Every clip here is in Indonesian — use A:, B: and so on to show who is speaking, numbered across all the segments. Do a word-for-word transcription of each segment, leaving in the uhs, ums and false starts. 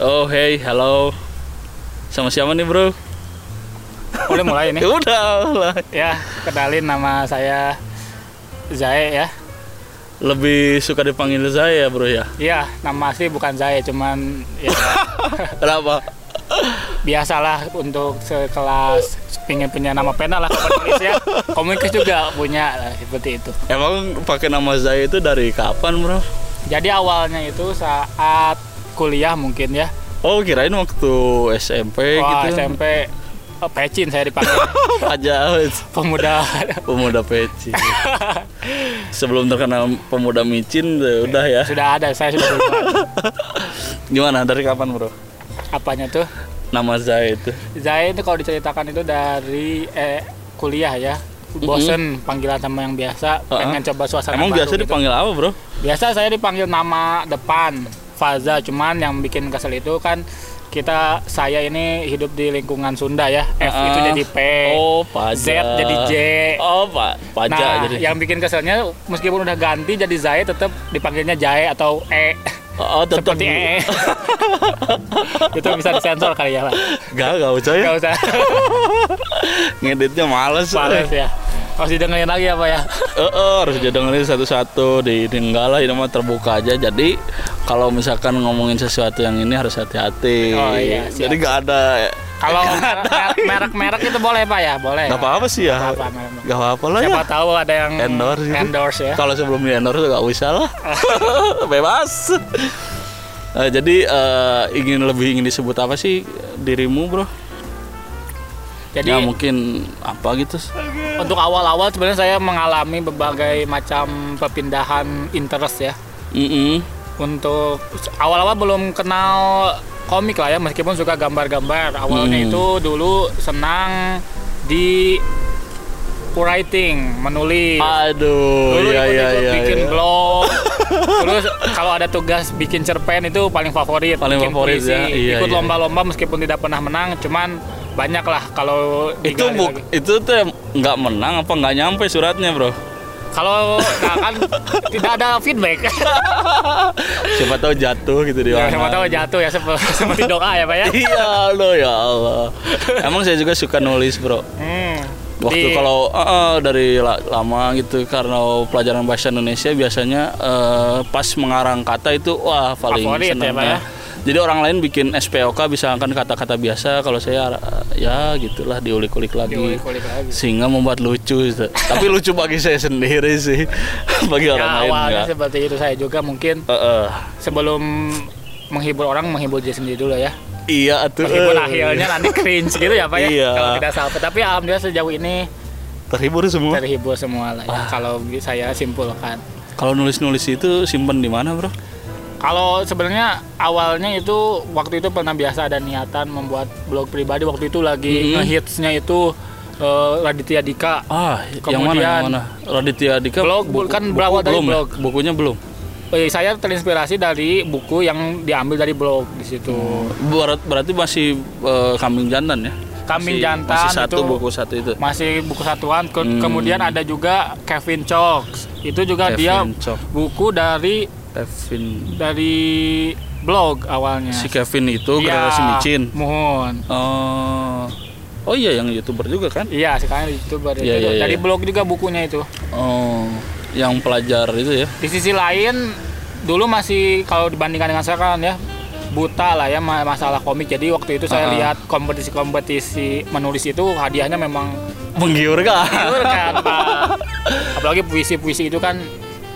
A: Oh hey, halo. Sama siapa nih bro?
B: Boleh mulai nih?
A: Udah lah.
B: Ya, kenalin nama saya Zae ya.
A: Lebih suka dipanggil saya bro ya?
B: Iya, nama asli bukan Zae, cuman ya
A: Kenapa?
B: biasalah untuk sekelas pingin punya nama pena lah penulis ya. Komikus juga punya lah, seperti itu.
A: Emang pakai nama saya itu dari kapan bro?
B: Jadi awalnya itu saat kuliah mungkin ya.
A: Oh kirain waktu S M P
B: Wah,
A: gitu.
B: S M P oh, Pecin saya dipanggil.
A: Aja
B: Pemuda.
A: pemuda peci. Sebelum terkenal pemuda micin udah ya.
B: Sudah ada, saya sudah duluan.
A: Gimana dari kapan bro?
B: Apanya tuh?
A: Nama Zai itu.
B: Zai itu kalau diceritakan itu dari eh, kuliah ya. Bosen mm-hmm. panggilan sama yang biasa, uh-huh. pengen coba suasana
A: Emang
B: baru
A: biasa
B: gitu.
A: Dipanggil apa bro?
B: Biasa saya dipanggil nama depan Faza, cuman yang bikin kesel itu kan kita saya ini hidup di lingkungan Sunda ya. F uh, itu jadi P,
A: oh, Paja.
B: Z jadi J.
A: Oh, Pak, Paja
B: nah,
A: jadi.
B: yang bikin keselnya meskipun udah ganti jadi Zai tetap dipanggilnya Jae atau E.
A: Oh, tetap
B: seperti E. Itu bisa disensor kali ya, Pak.
A: Gak, gak usah ya.
B: Gak usah.
A: Ngeditnya males.
B: Males ya. Harus didengerin lagi apa ya?
A: Uh, uh, harus didengerin satu-satu, di enggak lah, ini mah terbuka aja. Jadi kalau misalkan ngomongin sesuatu yang ini harus hati-hati.
B: Oh iya. Siap.
A: Jadi nggak ada.
B: Kalau merek-merek itu boleh Pak ya, boleh.
A: Gak apa-apa sih ya.
B: Gak apa-apa,
A: gak apa-apa lah.
B: Siapa
A: ya.
B: tahu ada yang
A: endorse, gitu.
B: endorse ya.
A: Kalau sebelum di endorse gak usah lah. Bebas. Uh, jadi uh, ingin lebih ingin disebut apa sih dirimu bro?
B: Jadi
A: ya mungkin apa gitu.
B: Untuk awal-awal sebenarnya saya mengalami berbagai macam perpindahan interest ya.
A: Mm-hmm.
B: Untuk awal-awal belum kenal komik lah ya, meskipun suka gambar-gambar. Awalnya mm. itu dulu senang di writing, menulis.
A: Aduh,
B: dulu
A: iya, iya, iya,
B: bikin
A: iya.
B: blog. Terus kalau ada tugas bikin cerpen itu paling favorit.
A: Paling
B: bikin
A: favorit
B: puisi,
A: ya. Iya,
B: ikut
A: iya.
B: lomba-lomba meskipun tidak pernah menang, cuman banyak lah kalau
A: itu buk, itu tuh nggak menang apa nggak nyampe suratnya bro?
B: Kalau nah kan tidak ada feedback.
A: Siapa tahu jatuh gitu di
B: ya,
A: mana.
B: siapa tahu jatuh ya seperti doa ya Pak ya.
A: Iya loh ya Allah. Emang saya juga suka nulis bro. Hmm, Waktu di... kalau uh, uh, dari lama gitu karena pelajaran bahasa Indonesia biasanya uh, pas mengarang kata itu wah paling
B: favorit ya Pak ya.
A: Jadi orang lain bikin S P O K bisa kan kata-kata biasa, kalau saya ya gitulah diulik-ulik lagi,
B: diulik-ulik lagi.
A: Sehingga membuat lucu gitu. Tapi lucu bagi saya sendiri sih. Bagi
B: ya,
A: orang lain
B: awalnya
A: enggak.
B: Seperti itu saya juga mungkin uh, uh. sebelum menghibur orang menghibur diri sendiri dulu ya.
A: Iya tuh.
B: Meskipun uh. akhirnya nanti cringe gitu ya Pak ya.
A: Iya.
B: Kalau tidak sampai, tapi alhamdulillah sejauh ini
A: terhibur semua.
B: Terhibur semua lah ya. Ah. Kalau saya simpulkan.
A: Kalau nulis-nulis itu simpen di mana bro?
B: Kalau sebenarnya awalnya itu waktu itu pernah biasa ada niatan membuat blog pribadi, waktu itu lagi mm-hmm. ngehitsnya itu uh, Raditya Dika.
A: Ah,
B: kemudian
A: yang mana? Yang mana? Raditya Dika.
B: Blog buku, kan berawal dari blog.
A: Ya? Bukunya belum.
B: Oh, iya, saya terinspirasi dari buku yang diambil dari blog di situ.
A: Berat, berarti masih uh, Kambing Jantan ya?
B: Kambing
A: masih,
B: Jantan
A: masih satu
B: itu
A: buku satu itu.
B: Masih buku satuan. Ke- hmm. Kemudian ada juga Kevin Chalks. Itu juga Kevin dia Chalk. Buku dari
A: Kevin
B: dari blog awalnya.
A: Si Kevin itu
B: ya,
A: generasi micin.
B: Mohon.
A: Oh. Oh iya yang YouTuber juga kan?
B: Iya, sekarang YouTuber
A: ya,
B: itu.
A: Ya,
B: dari
A: ya.
B: blog juga bukunya itu.
A: Oh. Yang pelajar itu ya.
B: Di sisi lain dulu masih kalau dibandingkan dengan sekarang ya buta lah ya masalah komik. Jadi waktu itu saya uh-huh. lihat kompetisi-kompetisi menulis itu hadiahnya memang
A: menggiurkan.
B: Menggiurkan, Pak. Apalagi puisi-puisi itu kan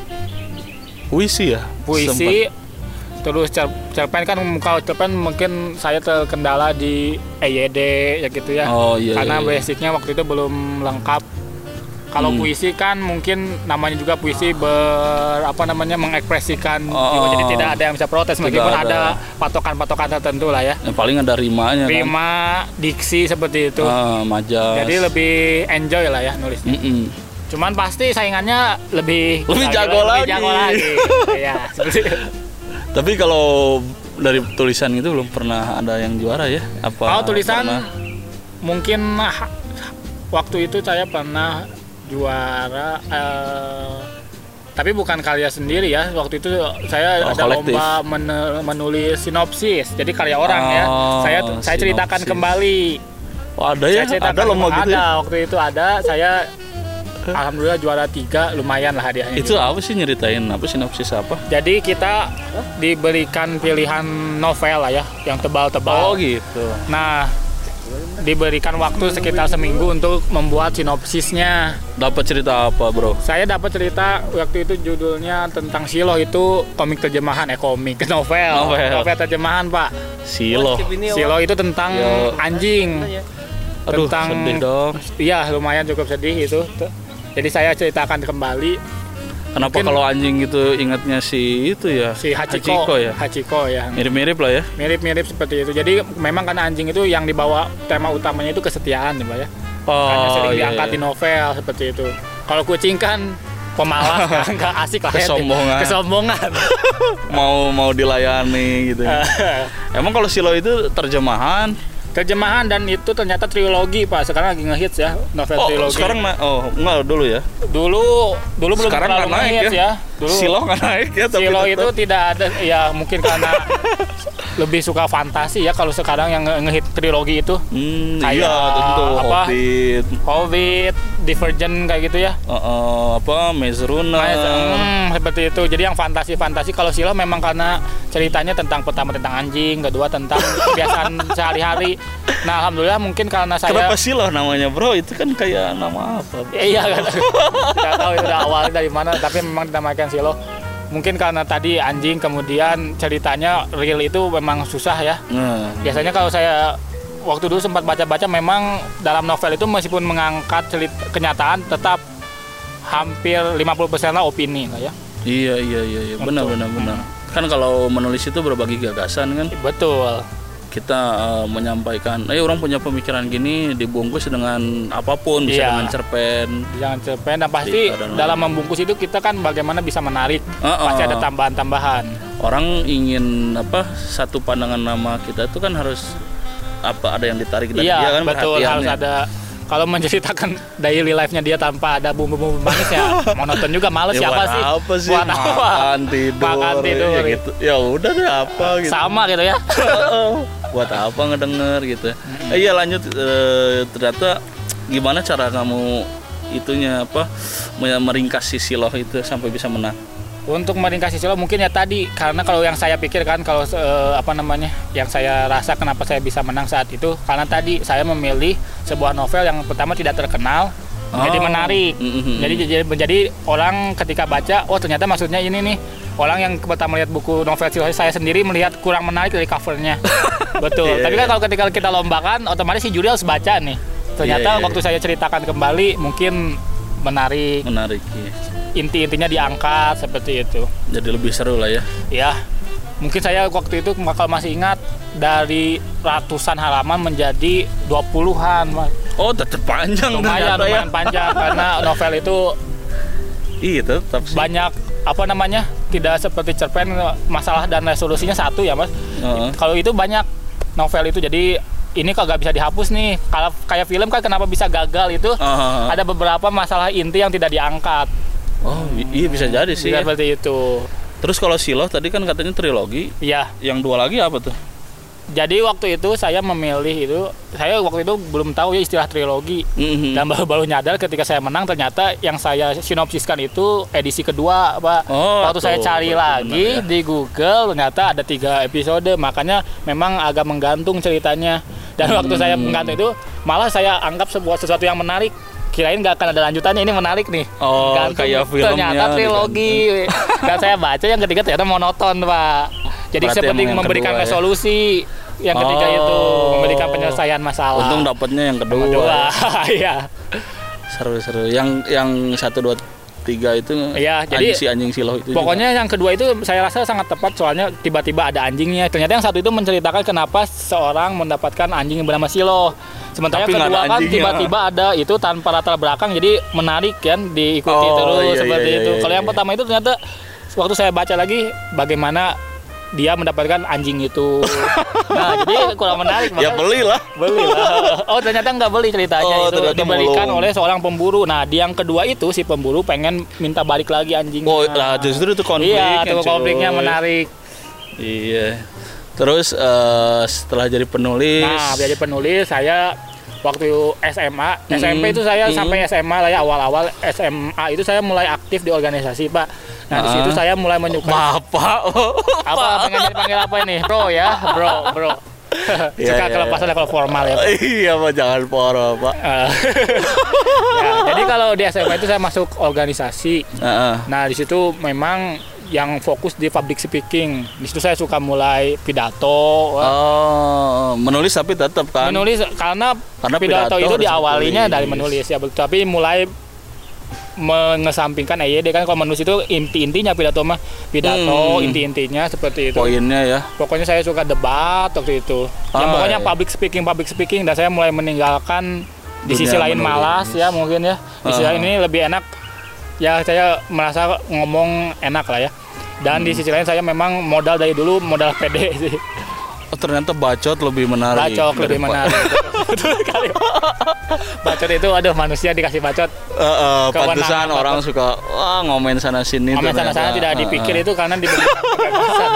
A: puisi ya?
B: Puisi sempat. Terus cerpen kan kalau cerpen mungkin saya terkendala di E Y D ya gitu ya.
A: Oh, iya,
B: karena
A: iya, iya.
B: basicnya waktu itu belum lengkap. Kalau hmm. puisi kan mungkin namanya juga puisi ber apa namanya mengekspresikan
A: oh,
B: jiwa, jadi tidak ada yang bisa protes meskipun ada. ada patokan-patokan tertentu lah ya.
A: Yang paling ada rimanya.
B: Rima, kan? Diksi seperti itu.
A: Ah, majas.
B: Jadi lebih enjoy lah ya nulisnya. Mm-mm. Cuman pasti saingannya lebih
A: lebih jago lagi.
B: Lebih jago lagi. Ya, seperti itu.
A: Tapi kalau dari tulisan itu belum pernah ada yang juara ya? Apa?
B: Kalau tulisan
A: pernah?
B: Mungkin waktu itu saya pernah juara eh, Tapi bukan karya sendiri ya. Waktu itu saya
A: Oh,
B: ada
A: kolektif.
B: lomba men- menulis sinopsis. Jadi karya orang ya.
A: Oh,
B: Saya saya ceritakan
A: sinopsis.
B: kembali.
A: Oh, ada ya?
B: Saya ceritakan
A: Ada lomba
B: kembali.
A: gitu ya?
B: Ada, waktu itu ada. Saya alhamdulillah juara tiga, lumayan lah hadiahnya.
A: Itu
B: gitu.
A: apa sih, nyeritain apa, sinopsis apa?
B: Jadi kita diberikan pilihan novel lah ya, yang tebal-tebal.
A: Oh gitu.
B: Nah, diberikan waktu sekitar seminggu untuk membuat sinopsisnya.
A: Dapat cerita apa, bro?
B: Saya dapat cerita waktu itu judulnya tentang Shiloh, itu komik terjemahan, eh komik, novel.
A: Novel.
B: terjemahan, Pak.
A: Silo.
B: Shiloh itu tentang
A: Yo.
B: anjing.
A: Aduh,
B: tentang
A: sedih dong.
B: Iya, lumayan cukup sedih itu. Jadi saya ceritakan kembali
A: Kenapa
B: Mungkin-
A: kalau anjing gitu ingatnya si itu ya?
B: si Hachiko,
A: ya.
B: Hachiko ya.
A: Mirip-mirip lah ya.
B: Mirip-mirip seperti itu. Jadi memang karena anjing itu yang dibawa tema utamanya itu kesetiaan, ya, Pak ya.
A: Oh,
B: Hanya sering
A: iya,
B: diangkat
A: iya.
B: di novel seperti itu. Kalau kucing kan pemalas, nggak- nggak asik lah ya.
A: Kesombongan.
B: Kesombongan.
A: mau mau dilayani gitu. Emang kalau Silo itu terjemahan?
B: Terjemahan dan itu ternyata trilogi, Pak. Sekarang lagi ngehits ya novel
A: Oh,
B: trilogi.
A: sekarang na- oh enggak dulu ya.
B: dulu dulu belum
A: Sekarang
B: terlalu
A: nggak naik
B: ngehits
A: ya.
B: ya. Dulu
A: Silo nggak naik ya, tapi
B: Silo
A: tetap.
B: itu tidak ada ya, mungkin karena lebih suka fantasi ya. Kalau sekarang yang nge- ngehit trilogi itu
A: Hmm,
B: kayak
A: iya tentu
B: apa?
A: Hobbit.
B: Hobbit, Divergent kayak gitu ya.
A: Uh, uh, apa Maze Runner.
B: Nah, hmm, seperti itu. Jadi yang fantasi-fantasi. Kalau Silo memang karena ceritanya tentang, pertama tentang anjing, kedua tentang kebiasaan sehari-hari. Nah, alhamdulillah mungkin karena saya
A: Kenapa Silo namanya, bro? Itu kan kayak nama apa?
B: Ya, iya kan. Tidak tahu itu udah awalnya dari mana, tapi memang dinamakan Silo. Mungkin karena tadi anjing, kemudian ceritanya real itu memang susah ya.
A: Nah,
B: Biasanya kalau saya waktu dulu sempat baca-baca, memang dalam novel itu meskipun mengangkat cerit kenyataan, tetap hampir lima puluh persen lah opini lah ya.
A: iya iya iya iya benar
B: Betul.
A: benar benar. Kan kalau menulis itu berbagi gagasan kan.
B: Betul.
A: Kita uh, menyampaikan, eh orang punya pemikiran gini, dibungkus dengan apapun, bisa
B: Iya.
A: dengan cerpen.
B: Jangan cerpen, dan pasti
A: Cerita dan
B: dalam membungkus itu kita kan bagaimana bisa menarik.
A: Uh-uh.
B: Pasti ada tambahan-tambahan.
A: Orang ingin apa, satu pandangan nama kita itu kan harus apa, ada yang ditarik dari
B: Iya,
A: dia kan,
B: betul, harus
A: perhatiannya.
B: ada. Kalau menceritakan daily life-nya dia tanpa ada bumbu-bumbu manis ya monoton juga, males.
A: Ya,
B: siapa
A: buat
B: sih?
A: apa sih?
B: Buat apa?
A: Makan tidur,
B: Makan tidur.
A: ya gitu. Ya udah deh apa gitu.
B: Sama gitu ya.
A: Buat apa ngedenger gitu. Eh, iya lanjut, eh, ternyata gimana cara kamu itunya apa, meringkas si Siloh itu sampai bisa menang?
B: Untuk meringkas Silo mungkin ya tadi, karena kalau yang saya pikir kan, kalau eh, apa namanya, yang saya rasa kenapa saya bisa menang saat itu, karena tadi saya memilih sebuah novel yang pertama tidak terkenal, jadi
A: Oh.
B: menarik.
A: Mhm.
B: Jadi jadi menjadi orang ketika baca, oh ternyata maksudnya ini nih. Orang yang pertama melihat buku novel Silo, saya sendiri melihat kurang menarik dari covernya. Betul.
A: Iya,
B: Tapi
A: iya.
B: kan kalau ketika kita lombakan, otomatis si juri harus baca nih. Ternyata
A: Iya, iya,
B: waktu
A: iya.
B: saya ceritakan kembali, mungkin menarik.
A: Menarik ya.
B: Inti-intinya diangkat seperti itu.
A: Jadi lebih seru lah ya.
B: Ya, mungkin saya waktu itu kalau masih ingat, dari ratusan halaman menjadi dua puluhan. Mas.
A: Oh, tetap panjang
B: Lumayan,
A: ternyata ya.
B: lumayan panjang karena novel itu
A: Iya, tetap sih.
B: banyak apa namanya, tidak seperti cerpen, masalah dan resolusinya satu ya Mas.
A: Heeh.
B: Kalau itu banyak novel itu, jadi ini kagak bisa dihapus nih. Kalau kayak film kan kenapa bisa gagal itu,
A: Ah.
B: ada beberapa masalah inti yang tidak diangkat.
A: Oh, i- iya bisa jadi sih.
B: Bisa
A: Ya.
B: seperti itu.
A: Terus kalau Siloh tadi kan katanya trilogi,
B: Ya.
A: yang dua lagi apa tuh?
B: Jadi waktu itu saya memilih itu, saya waktu itu belum tahu ya istilah trilogi.
A: Mhm.
B: Dan baru-baru nyadar ketika saya menang, ternyata yang saya sinopsiskan itu edisi kedua, Pak.
A: Oh,
B: Waktu saya
A: tuh,
B: cari
A: berarti
B: lagi
A: benar ya.
B: di Google, ternyata ada tiga episode, makanya memang agak menggantung ceritanya. Dan waktu saya
A: Hmm.
B: menggantung itu, malah saya anggap sebuah sesuatu yang menarik. Kirain gak akan ada lanjutannya, ini menarik nih.
A: Oh,
B: Gantung,
A: kayak filmnya
B: ternyata trilogi. Dan saya baca yang ketiga ternyata monoton, Pak. Jadi
A: Berarti
B: seperti
A: emang yang
B: memberikan
A: kedua ya?
B: resolusi. Yang ketiga
A: Oh.
B: itu memberikan penyelesaian masalah.
A: Untung dapatnya yang kedua.
B: Kedua, iya.
A: Seru-seru. Yang yang satu dua tiga itu.
B: Iya,
A: anjing-
B: jadi
A: si anjing Siloh itu.
B: Pokoknya yang kedua itu saya rasa sangat tepat, soalnya tiba-tiba ada anjingnya. Ternyata yang satu itu menceritakan kenapa seorang mendapatkan anjing yang bernama Silo. Sementara
A: Tapi
B: yang
A: nggak
B: kedua
A: ada
B: kan
A: anjingnya.
B: tiba-tiba ada itu tanpa latar belakang, jadi menarik kan, diikuti
A: Oh,
B: terus
A: iya,
B: seperti
A: iya,
B: itu.
A: iya,
B: Kalau yang
A: iya.
B: pertama itu ternyata waktu saya baca lagi bagaimana dia mendapatkan anjing itu. Nah, jadi kurang menarik.
A: Ya belilah.
B: Belilah. Oh, ternyata nggak beli ceritanya.
A: Oh,
B: Itu diberikan
A: mulung.
B: oleh seorang pemburu. Nah, di yang kedua itu si pemburu pengen minta balik lagi anjingnya.
A: Oh, lah justru itu konflik.
B: Iya, itu konfliknya menarik.
A: Iya. Terus uh, setelah jadi penulis.
B: Nah, jadi penulis saya waktu S M A, mm-hmm. S M P itu saya mm-hmm. sampai S M A lah ya, awal-awal S M A itu saya mulai aktif di organisasi, Pak. Nah, di situ saya mulai menyukai
A: Bapak.
B: Apa pengen dipanggil apa ini? Bro ya, bro, bro.
A: Ya,
B: Suka
A: ya,
B: kelepasan
A: ya.
B: level formal ya, Pak.
A: Iya, Pak, jangan poro, Pak.
B: Ya, jadi kalau di S M A itu saya masuk organisasi.
A: Uh-uh.
B: Nah, di situ memang yang fokus di public speaking. Di situ saya suka mulai pidato.
A: Oh, menulis tapi tetap kan?
B: Menulis karena,
A: karena
B: pidato, pidato itu diawalinya
A: menulis.
B: dari menulis ya, betul. Tapi mulai mengesampingkan E Y D kan, kalau menulis itu inti-intinya pidato mah pidato hmm. inti-intinya seperti itu.
A: Poinnya ya.
B: Pokoknya saya suka debat waktu itu.
A: Oh,
B: yang pokoknya
A: iya. public
B: speaking public speaking dan saya mulai meninggalkan di
A: Dunia
B: sisi lain
A: menulis.
B: malas ya mungkin ya. Di sisi
A: uh.
B: lain ini lebih enak. Ya saya merasa ngomong enak lah ya. Dan hmm. di sisi lain saya memang modal dari dulu modal pede sih.
A: Oh, ternyata bacot lebih menarik.
B: Bacot lebih menarik. Betul sekali. Bacot itu aduh manusia dikasih bacot.
A: Uh, uh, pantesan orang suka wah ngomen sana sini.
B: Ngomen sana sana tidak dipikir uh, uh. itu karena diberikan kebebasan.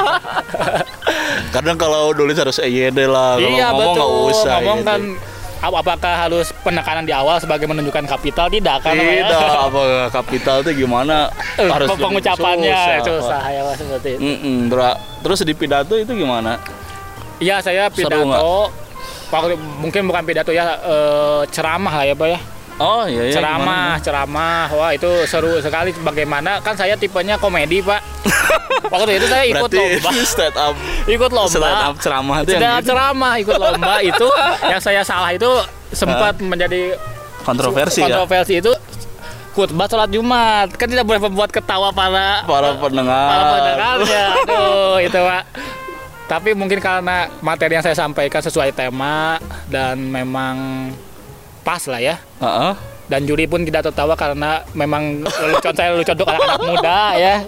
A: Kadang kalau nulis harus E Y D lah. Kalau
B: iya,
A: ngomong nggak usah.
B: Ngomong
A: gitu.
B: kan apakah harus penekanan di awal sebagai menunjukkan kapital? Tidak kan?
A: Tidak. Apa kapital itu gimana?
B: Harus pengucapannya susah,
A: susah
B: ya seperti itu.
A: Mm-mm, terus di pidato itu gimana?
B: Iya, saya pidato. Waktu mungkin bukan pidato ya, e, ceramah lah ya, Pak ya.
A: Oh iya, iya
B: ceramah,
A: gimana?
B: ceramah. Wah, itu seru sekali. Bagaimana kan saya tipenya komedi, Pak. Waktu itu saya ikut
A: Berarti
B: lomba.
A: Stand up.
B: Ikut lomba.
A: Stand up ceramah itu.
B: Stand up
A: gitu?
B: ceramah, ikut lomba itu yang saya salah itu sempat uh, menjadi
A: kontroversi,
B: kontroversi
A: ya?
B: itu khutbah sholat Jumat. Kan tidak boleh membuat ketawa para
A: para pendengar.
B: Para pendengarnya. Aduh, itu, Pak. Tapi mungkin karena materi yang saya sampaikan sesuai tema dan memang pas lah ya.
A: Uh-uh.
B: Dan juri pun tidak tertawa karena memang lelucon saya lelucon untuk anak-anak muda ya.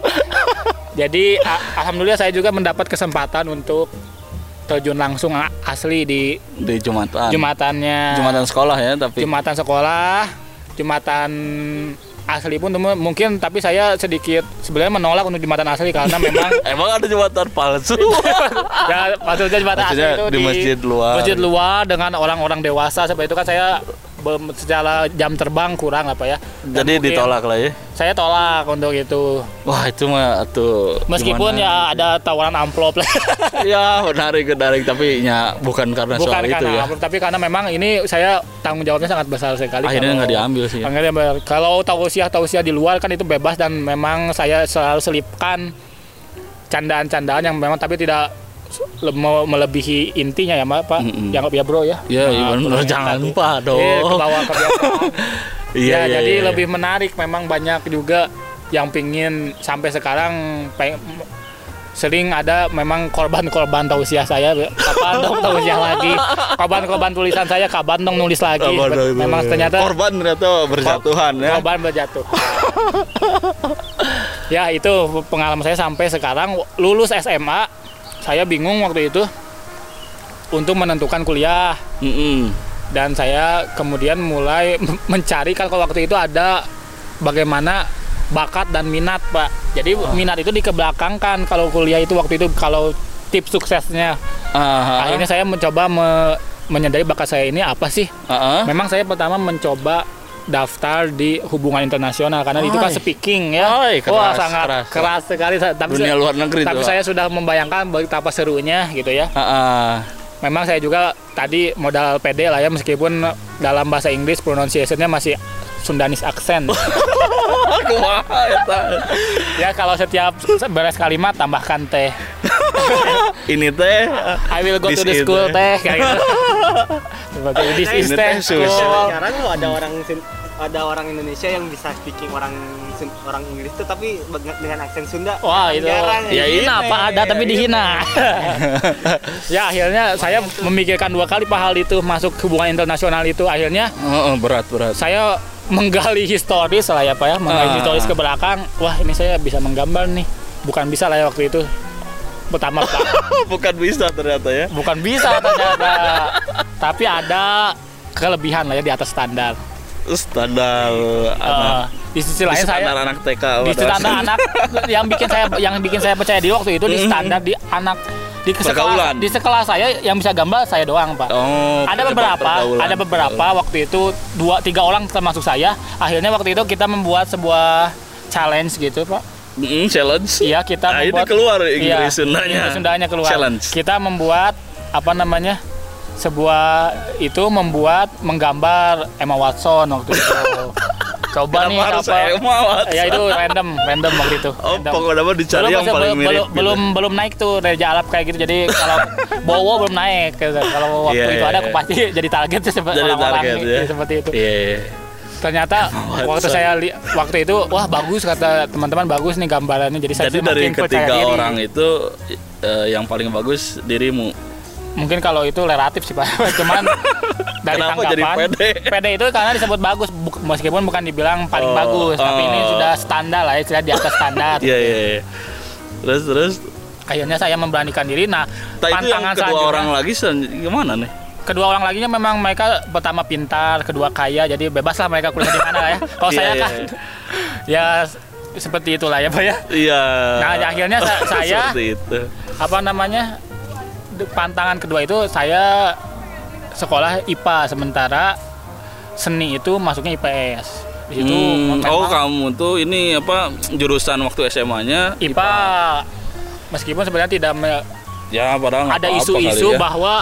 B: Jadi a- alhamdulillah saya juga mendapat kesempatan untuk terjun langsung asli di
A: di Jumatan.
B: Jumatannya.
A: Jumatan sekolah ya, tapi
B: Jumatan sekolah, Jumatan asli pun mungkin, tapi saya sedikit sebenarnya menolak untuk jumatan asli karena memang
A: emang ada jumatan palsu.
B: Ya maksudnya jumatan
A: maksudnya
B: asli itu
A: di masjid
B: di
A: luar.
B: Masjid luar dengan orang-orang dewasa seperti itu kan saya secara jam terbang kurang apa ya. Dan
A: jadi ditolak lah ya.
B: Saya tolak untuk itu.
A: Wah, itu mah tuh.
B: Meskipun
A: gimana?
B: ya ada tawaran amplop lah.
A: Ya, menarik menarik tapi ya bukan karena
B: bukan
A: soal
B: karena
A: itu ya.
B: Amplop, tapi karena memang ini saya tanggung jawabnya sangat besar sekali.
A: Akhirnya nggak diambil sih. Ya.
B: Akhirnya kalau tausiah tausiah di luar kan itu bebas dan memang saya selalu selipkan candaan-candaan yang memang tapi tidak melebihi intinya ya Pak.
A: Mm-mm.
B: Yang ya bro ya.
A: Ya, nah, benar jangan lupa dong.
B: Eh, ke bawah kebiasaan.
A: Iya,
B: ya,
A: iya,
B: jadi
A: iya.
B: lebih menarik memang banyak juga yang pingin sampai sekarang peng, sering ada memang korban-korban tausiah saya. Kapan dong tausiah lagi? Korban-korban tulisan saya kapan dong nulis lagi?
A: Oh, betul,
B: memang
A: betul.
B: ternyata
A: korban ternyata berjatuhan ya.
B: Korban berjatuh. Ya, itu pengalaman saya sampai sekarang lulus S M A. Saya bingung waktu itu untuk menentukan kuliah.
A: Mm-mm.
B: Dan saya kemudian mulai mencari kan kalau waktu itu ada bagaimana bakat dan minat, Pak. Jadi oh. minat itu dikebelakangkan kalau kuliah itu waktu itu kalau tips suksesnya. Uh-huh. Akhirnya saya mencoba me- menyadari bakat saya ini apa sih. Uh-huh. Memang saya pertama mencoba daftar di hubungan internasional karena Oi. itu kan speaking ya.
A: Oi, keras,
B: Wah, sangat
A: keras,
B: keras sekali. Tapi
A: dunia
B: saya,
A: luar negeri
B: tapi
A: itu,
B: saya sudah membayangkan betapa serunya gitu ya.
A: Uh-uh.
B: Memang saya juga tadi modal pede lah ya meskipun dalam bahasa Inggris pronunciation-nya masih Sundanese accent. Ya kalau setiap beres kalimat tambahkan teh.
A: Ini teh
B: I will go to the school teh kayak gitu. Seperti this is teh school.
C: Sekarang lo ada orang ada orang Indonesia yang bisa speaking orang orang Inggris tuh tapi dengan aksen Sunda.
B: Wah, itu
C: jarang,
B: ya ini apa ada tapi dihina. Ya akhirnya saya memikirkan dua kali Pak hal itu masuk hubungan internasional itu akhirnya
A: uh, uh, berat berat.
B: Saya menggali historis lah ya Pak ya, menggali uh. historis ke belakang. Wah, ini saya bisa menggambar nih. Bukan bisa lah ya waktu itu. pertama Pak.
A: Bukan bisa ternyata ya.
B: Bukan bisa ternyata. Tapi ada kelebihan lah ya di atas standar.
A: Standar
B: Uh,
A: anak.
B: di sisi lain
A: Di
B: saya
A: standar anak T K.
B: di
A: padahal.
B: standar anak yang bikin saya yang bikin saya percaya di waktu itu di standar di anak di sekelas
A: Pergaulan.
B: di sekelas saya yang bisa gambar saya doang Pak.
A: Oh,
B: ada
A: penyebab
B: beberapa
A: pergaulan.
B: ada beberapa waktu itu dua tiga orang termasuk saya. Akhirnya waktu itu kita membuat sebuah challenge gitu Pak.
A: Mm, challenge.
B: Iya kita
A: Nah, ini
B: membuat
A: keluar Inggris
B: iya,
A: Sundanya.
B: Inggris Sundanya keluar.
A: Challenge.
B: Kita membuat apa namanya? Sebuah itu membuat menggambar Emma Watson waktu itu. Coba nih
A: Kenapa harus
B: apa?
A: Emma Watson?
B: Ya itu random, random waktu itu.
A: Oh,
B: Random.
A: pokoknya apa dicari
B: Belum
A: yang
B: masih-
A: paling
B: belum,
A: mirip.
B: belum,
A: gitu.
B: belum belum naik tuh Reja Alap kayak gitu. Jadi kalau Bowo belum naik. Gitu. Kalau waktu
A: Iya,
B: itu
A: iya,
B: ada
A: iya.
B: pasti jadi target tuh seperti
A: Jadi
B: orang-orang
A: target,
B: nih,
A: ya.
B: seperti itu.
A: Iya. iya.
B: Ternyata
A: Watson.
B: waktu saya li- waktu itu wah bagus kata teman-teman bagus nih gambarannya. Jadi saya
A: Jadi
B: semakin
A: dari
B: percaya
A: ketiga
B: diri.
A: orang itu eh, yang paling bagus dirimu.
B: Mungkin kalau itu relatif sih Pak. Cuman dari
A: Kenapa jadi
B: tanggapan
A: pede?
B: pede itu karena disebut bagus Buk- meskipun bukan dibilang paling
A: Oh,
B: bagus, tapi ini
A: oh.
B: sudah standar lah ya, sudah di atas standar.
A: Iya iya. iya. Terus terus.
B: Akhirnya saya memberanikan diri. Nah,
A: Nah, itu yang
B: pantangan
A: kedua
B: selanjutnya
A: orang lagi sen- gimana nih?
B: kedua orang laginya memang mereka pertama pintar, kedua kaya, jadi bebas lah mereka kuliah di mana lah ya. Kalau
A: Iya,
B: saya
A: iya,
B: kan
A: iya.
B: ya s- seperti itulah ya Pak ya.
A: Iya.
B: Nah, akhirnya sa- saya
A: seperti itu.
B: apa namanya de- pantangan kedua itu saya sekolah I P A sementara seni itu masuknya I P S. Di situ
A: Hmm,
B: memang
A: oh kamu tuh ini apa jurusan waktu S M A-nya
B: I P A meskipun sebenarnya tidak me-
A: Ya padahal nggak
B: ada
A: apa-apa
B: isu-isu
A: kali ya.
B: bahwa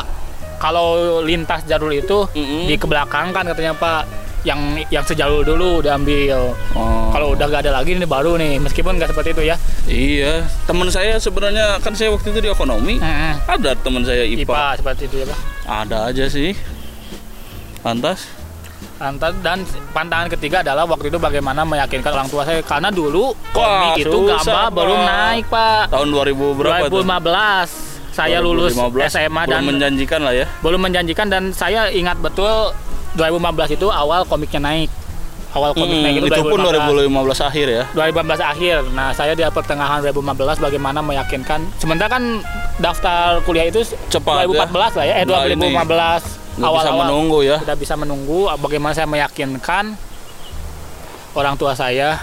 B: kalau lintas jalur itu
A: Mm-mm.
B: di kebelakangkan katanya Pak, yang yang sejalur dulu diambil.
A: Oh.
B: Kalau udah gak ada lagi ini baru nih, meskipun nggak seperti itu ya.
A: Iya, teman saya sebenarnya kan saya waktu itu di ekonomi,
B: Mm-mm.
A: ada teman saya I
B: I
A: P
B: P
A: A.
B: A seperti itu ya Pak.
A: Ada aja sih. Lantas?
B: Lantas dan pantangan ketiga adalah waktu itu bagaimana meyakinkan orang tua saya karena dulu
A: Wah,
B: komik itu
A: susah,
B: gambar
A: Pak.
B: belum naik Pak.
A: Tahun dua ribu berapa
B: dua ribu lima belas saya lulus
A: dua ribu lima belas,
B: S M A dan
A: belum menjanjikan lah ya.
B: belum menjanjikan dan saya ingat betul dua ribu lima belas itu awal komiknya naik. Awal komik
A: Hmm,
B: naik itu,
A: itu pun dua ribu
B: dua ribu lima belas.
A: lima belas akhir ya.
B: dua ribu lima belas akhir. Nah, saya di pertengahan dua ribu lima belas bagaimana meyakinkan. Sementara kan daftar kuliah itu
A: Cepat
B: dua ribu empat belas lah ya. Eh
A: Nah,
B: dua ribu lima belas
A: Nggak bisa
B: awal-awal.
A: menunggu ya.
B: Sudah bisa menunggu bagaimana saya meyakinkan orang tua saya.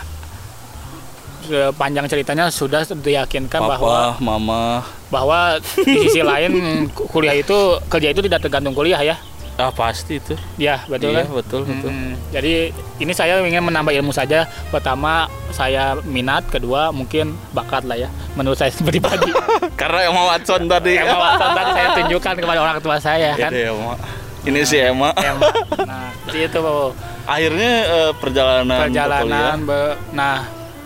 B: Panjang ceritanya sudah diyakinkan
A: Papa,
B: bahwa
A: mama.
B: bahwa di sisi lain kuliah itu kerja itu tidak tergantung kuliah ya.
A: Ah pasti itu.
B: Ya, betul
A: Iya,
B: kan?
A: betul betul.
B: Hmm, jadi ini saya ingin menambah ilmu saja. Pertama saya minat, kedua mungkin bakat lah ya. Menurut saya pribadi.
A: Karena Emma Watson tadi.
B: Emma Watson tadi saya tunjukkan kepada orang tua saya kan.
A: Ini Emma. Ini si Emma.
B: Emma. Nah, seperti itu Bu.
A: Akhirnya eh, perjalanan
B: Perjalanan be- nah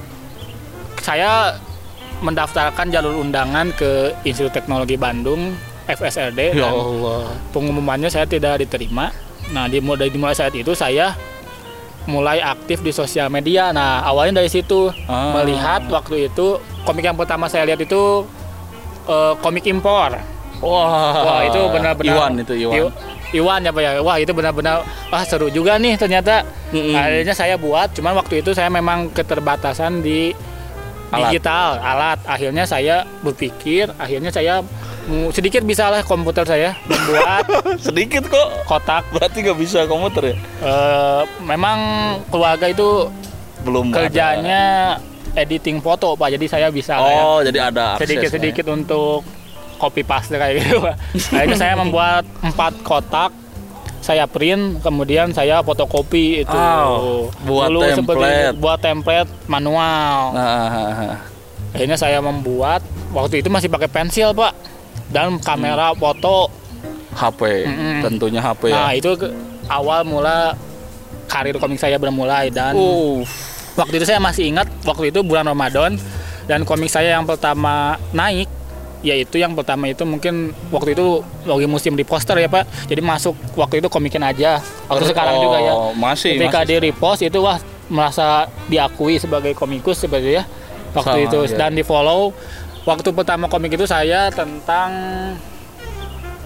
B: saya mendaftarkan jalur undangan ke Institut Teknologi Bandung F S R D
A: Ya
B: dan
A: Allah.
B: pengumumannya saya tidak diterima. Nah, dimulai dimulai saat itu saya mulai aktif di sosial media. Nah, awalnya dari situ
A: Ah.
B: melihat waktu itu komik yang pertama saya lihat itu eh, komik impor.
A: Wah.
B: Wah, itu benar-benar
A: Iwan itu Iwan.
B: I- Iwan ya Pak ya. Wah, itu benar-benar wah seru juga nih ternyata.
A: Mm-mm.
B: Akhirnya saya buat, cuman waktu itu saya memang keterbatasan di
A: Alat.
B: digital, alat. Akhirnya saya berpikir, akhirnya saya mm, sedikit bisa lah komputer saya membuat
A: Sedikit kok.
B: kotak.
A: Berarti nggak bisa komputer ya?
B: Eh, memang keluarga itu
A: Belum ada.
B: kerjanya editing foto Pak, jadi saya bisa lah ya.
A: Oh, jadi ada akses.
B: sedikit-sedikit untuk copy paste kayak gitu Pak. Akhirnya saya membuat empat kotak, saya print, kemudian saya fotokopi itu.
A: Oh, buat
B: Dulu seperti
A: template.
B: itu, buat template manual.
A: Nah,
B: Akhirnya saya membuat, waktu itu masih pakai pensil Pak, dan kamera foto.
A: H P,
B: Mm-mm.
A: tentunya H P
B: Nah
A: ya.
B: itu ke- awal mula karir komik saya bermulai dan
A: Uh,
B: waktu itu saya masih ingat waktu itu bulan Ramadan dan komik saya yang pertama naik yaitu yang pertama itu mungkin waktu itu lagi musim di poster ya Pak, jadi masuk waktu itu komikin aja waktu sekarang juga ya
A: oh, masih
B: ketika
A: masih.
B: di repost itu wah merasa diakui sebagai komikus seperti ya waktu
A: Sama,
B: itu
A: ya.
B: dan di follow waktu pertama komik itu saya tentang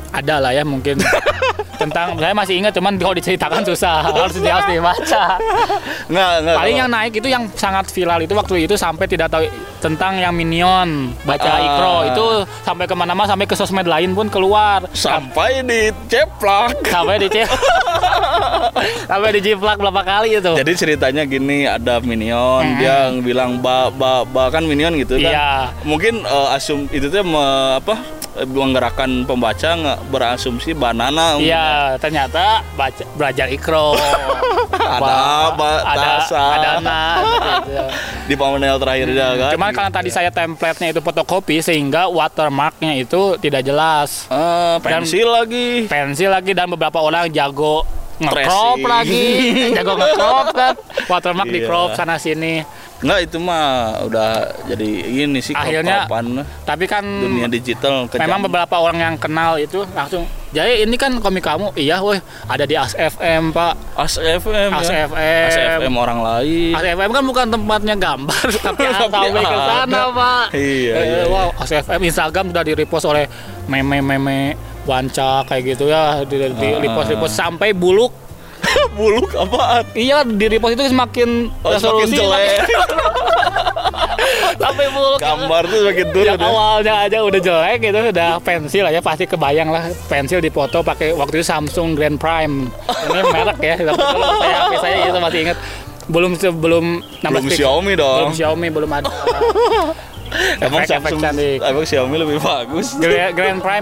B: ada lah ya mungkin tentang saya masih ingat cuman kalau diceritakan susah harus di harus dibaca.
A: Nggak, nggak.
B: Paling
A: kalau-
B: yang naik itu yang sangat viral itu waktu itu sampai tidak tahu tentang yang Minion baca
A: Ah.
B: Ikro itu sampai kemana-mana sampai ke sosmed lain pun keluar
A: sampai diceplak.
B: sampai di sampai dijiplak berapa kali itu.
A: Jadi ceritanya gini, ada Minion
B: Mm-mm.
A: dia bilang ba ba ba kan Minion gitu kan.
B: Iya.
A: Mungkin eh, asum itu tuh me- apa eh, menggerakkan pembaca nggak berasumsi banana.
B: Iya, ternyata baca belajar Ikro.
A: Ada ba-
B: ada
A: tasa.
B: ada na gitu.
A: Di thumbnail terakhirnya kan.
B: Cuman karena tadi saya template-nya itu fotokopi sehingga watermark-nya itu tidak jelas.
A: Eh, pensil lagi.
B: Pensil lagi dan beberapa orang jago nge-crop
A: Tracing.
B: lagi, jago nge-crop kan. Watermark di
A: Iya.
B: crop sana sini.
A: Enggak, itu mah udah jadi ini sih
B: Akhirnya,
A: kapan
B: Tapi kan
A: dunia digital kejam.
B: memang beberapa orang yang kenal itu langsung, "Jadi ini kan komik kamu." "Iya, weh, ada di A S F M, Pak."
A: A S F M
B: A S
A: ya.
B: F M.
A: A S F M orang lain.
B: A S F M kan bukan tempatnya gambar, tapi
A: Tapi
B: sampai ke sana,
A: ada.
B: Pak.
A: Iya,
B: Eh,
A: iya,
B: Wow, A S F M Instagram sudah di-repost oleh meme-meme wanca kayak gitu ya, di, di
A: Ah.
B: repost-repost sampai buluk.
A: Buluk apaan?
B: Iya, di repost itu semakin
A: Oh, semakin
B: resolusi,
A: jelek.
B: sampai buluk.
A: Gambar tuh semakin turun.
B: Yang awalnya aja udah jelek gitu, udah pensil aja pasti kebayang lah, pensil dipoto pakai waktu itu Samsung Grand Prime. Ini merek ya, tapi dulu saya H P saya itu masih ingat. Belum sebelum
A: Belum Xiaomi dong.
B: Belum Xiaomi, belum ada.
A: Emang
B: Efek-efek
A: Samsung,
B: cantik.
A: emang Xiaomi lebih bagus.
B: Grand, Grand Prime.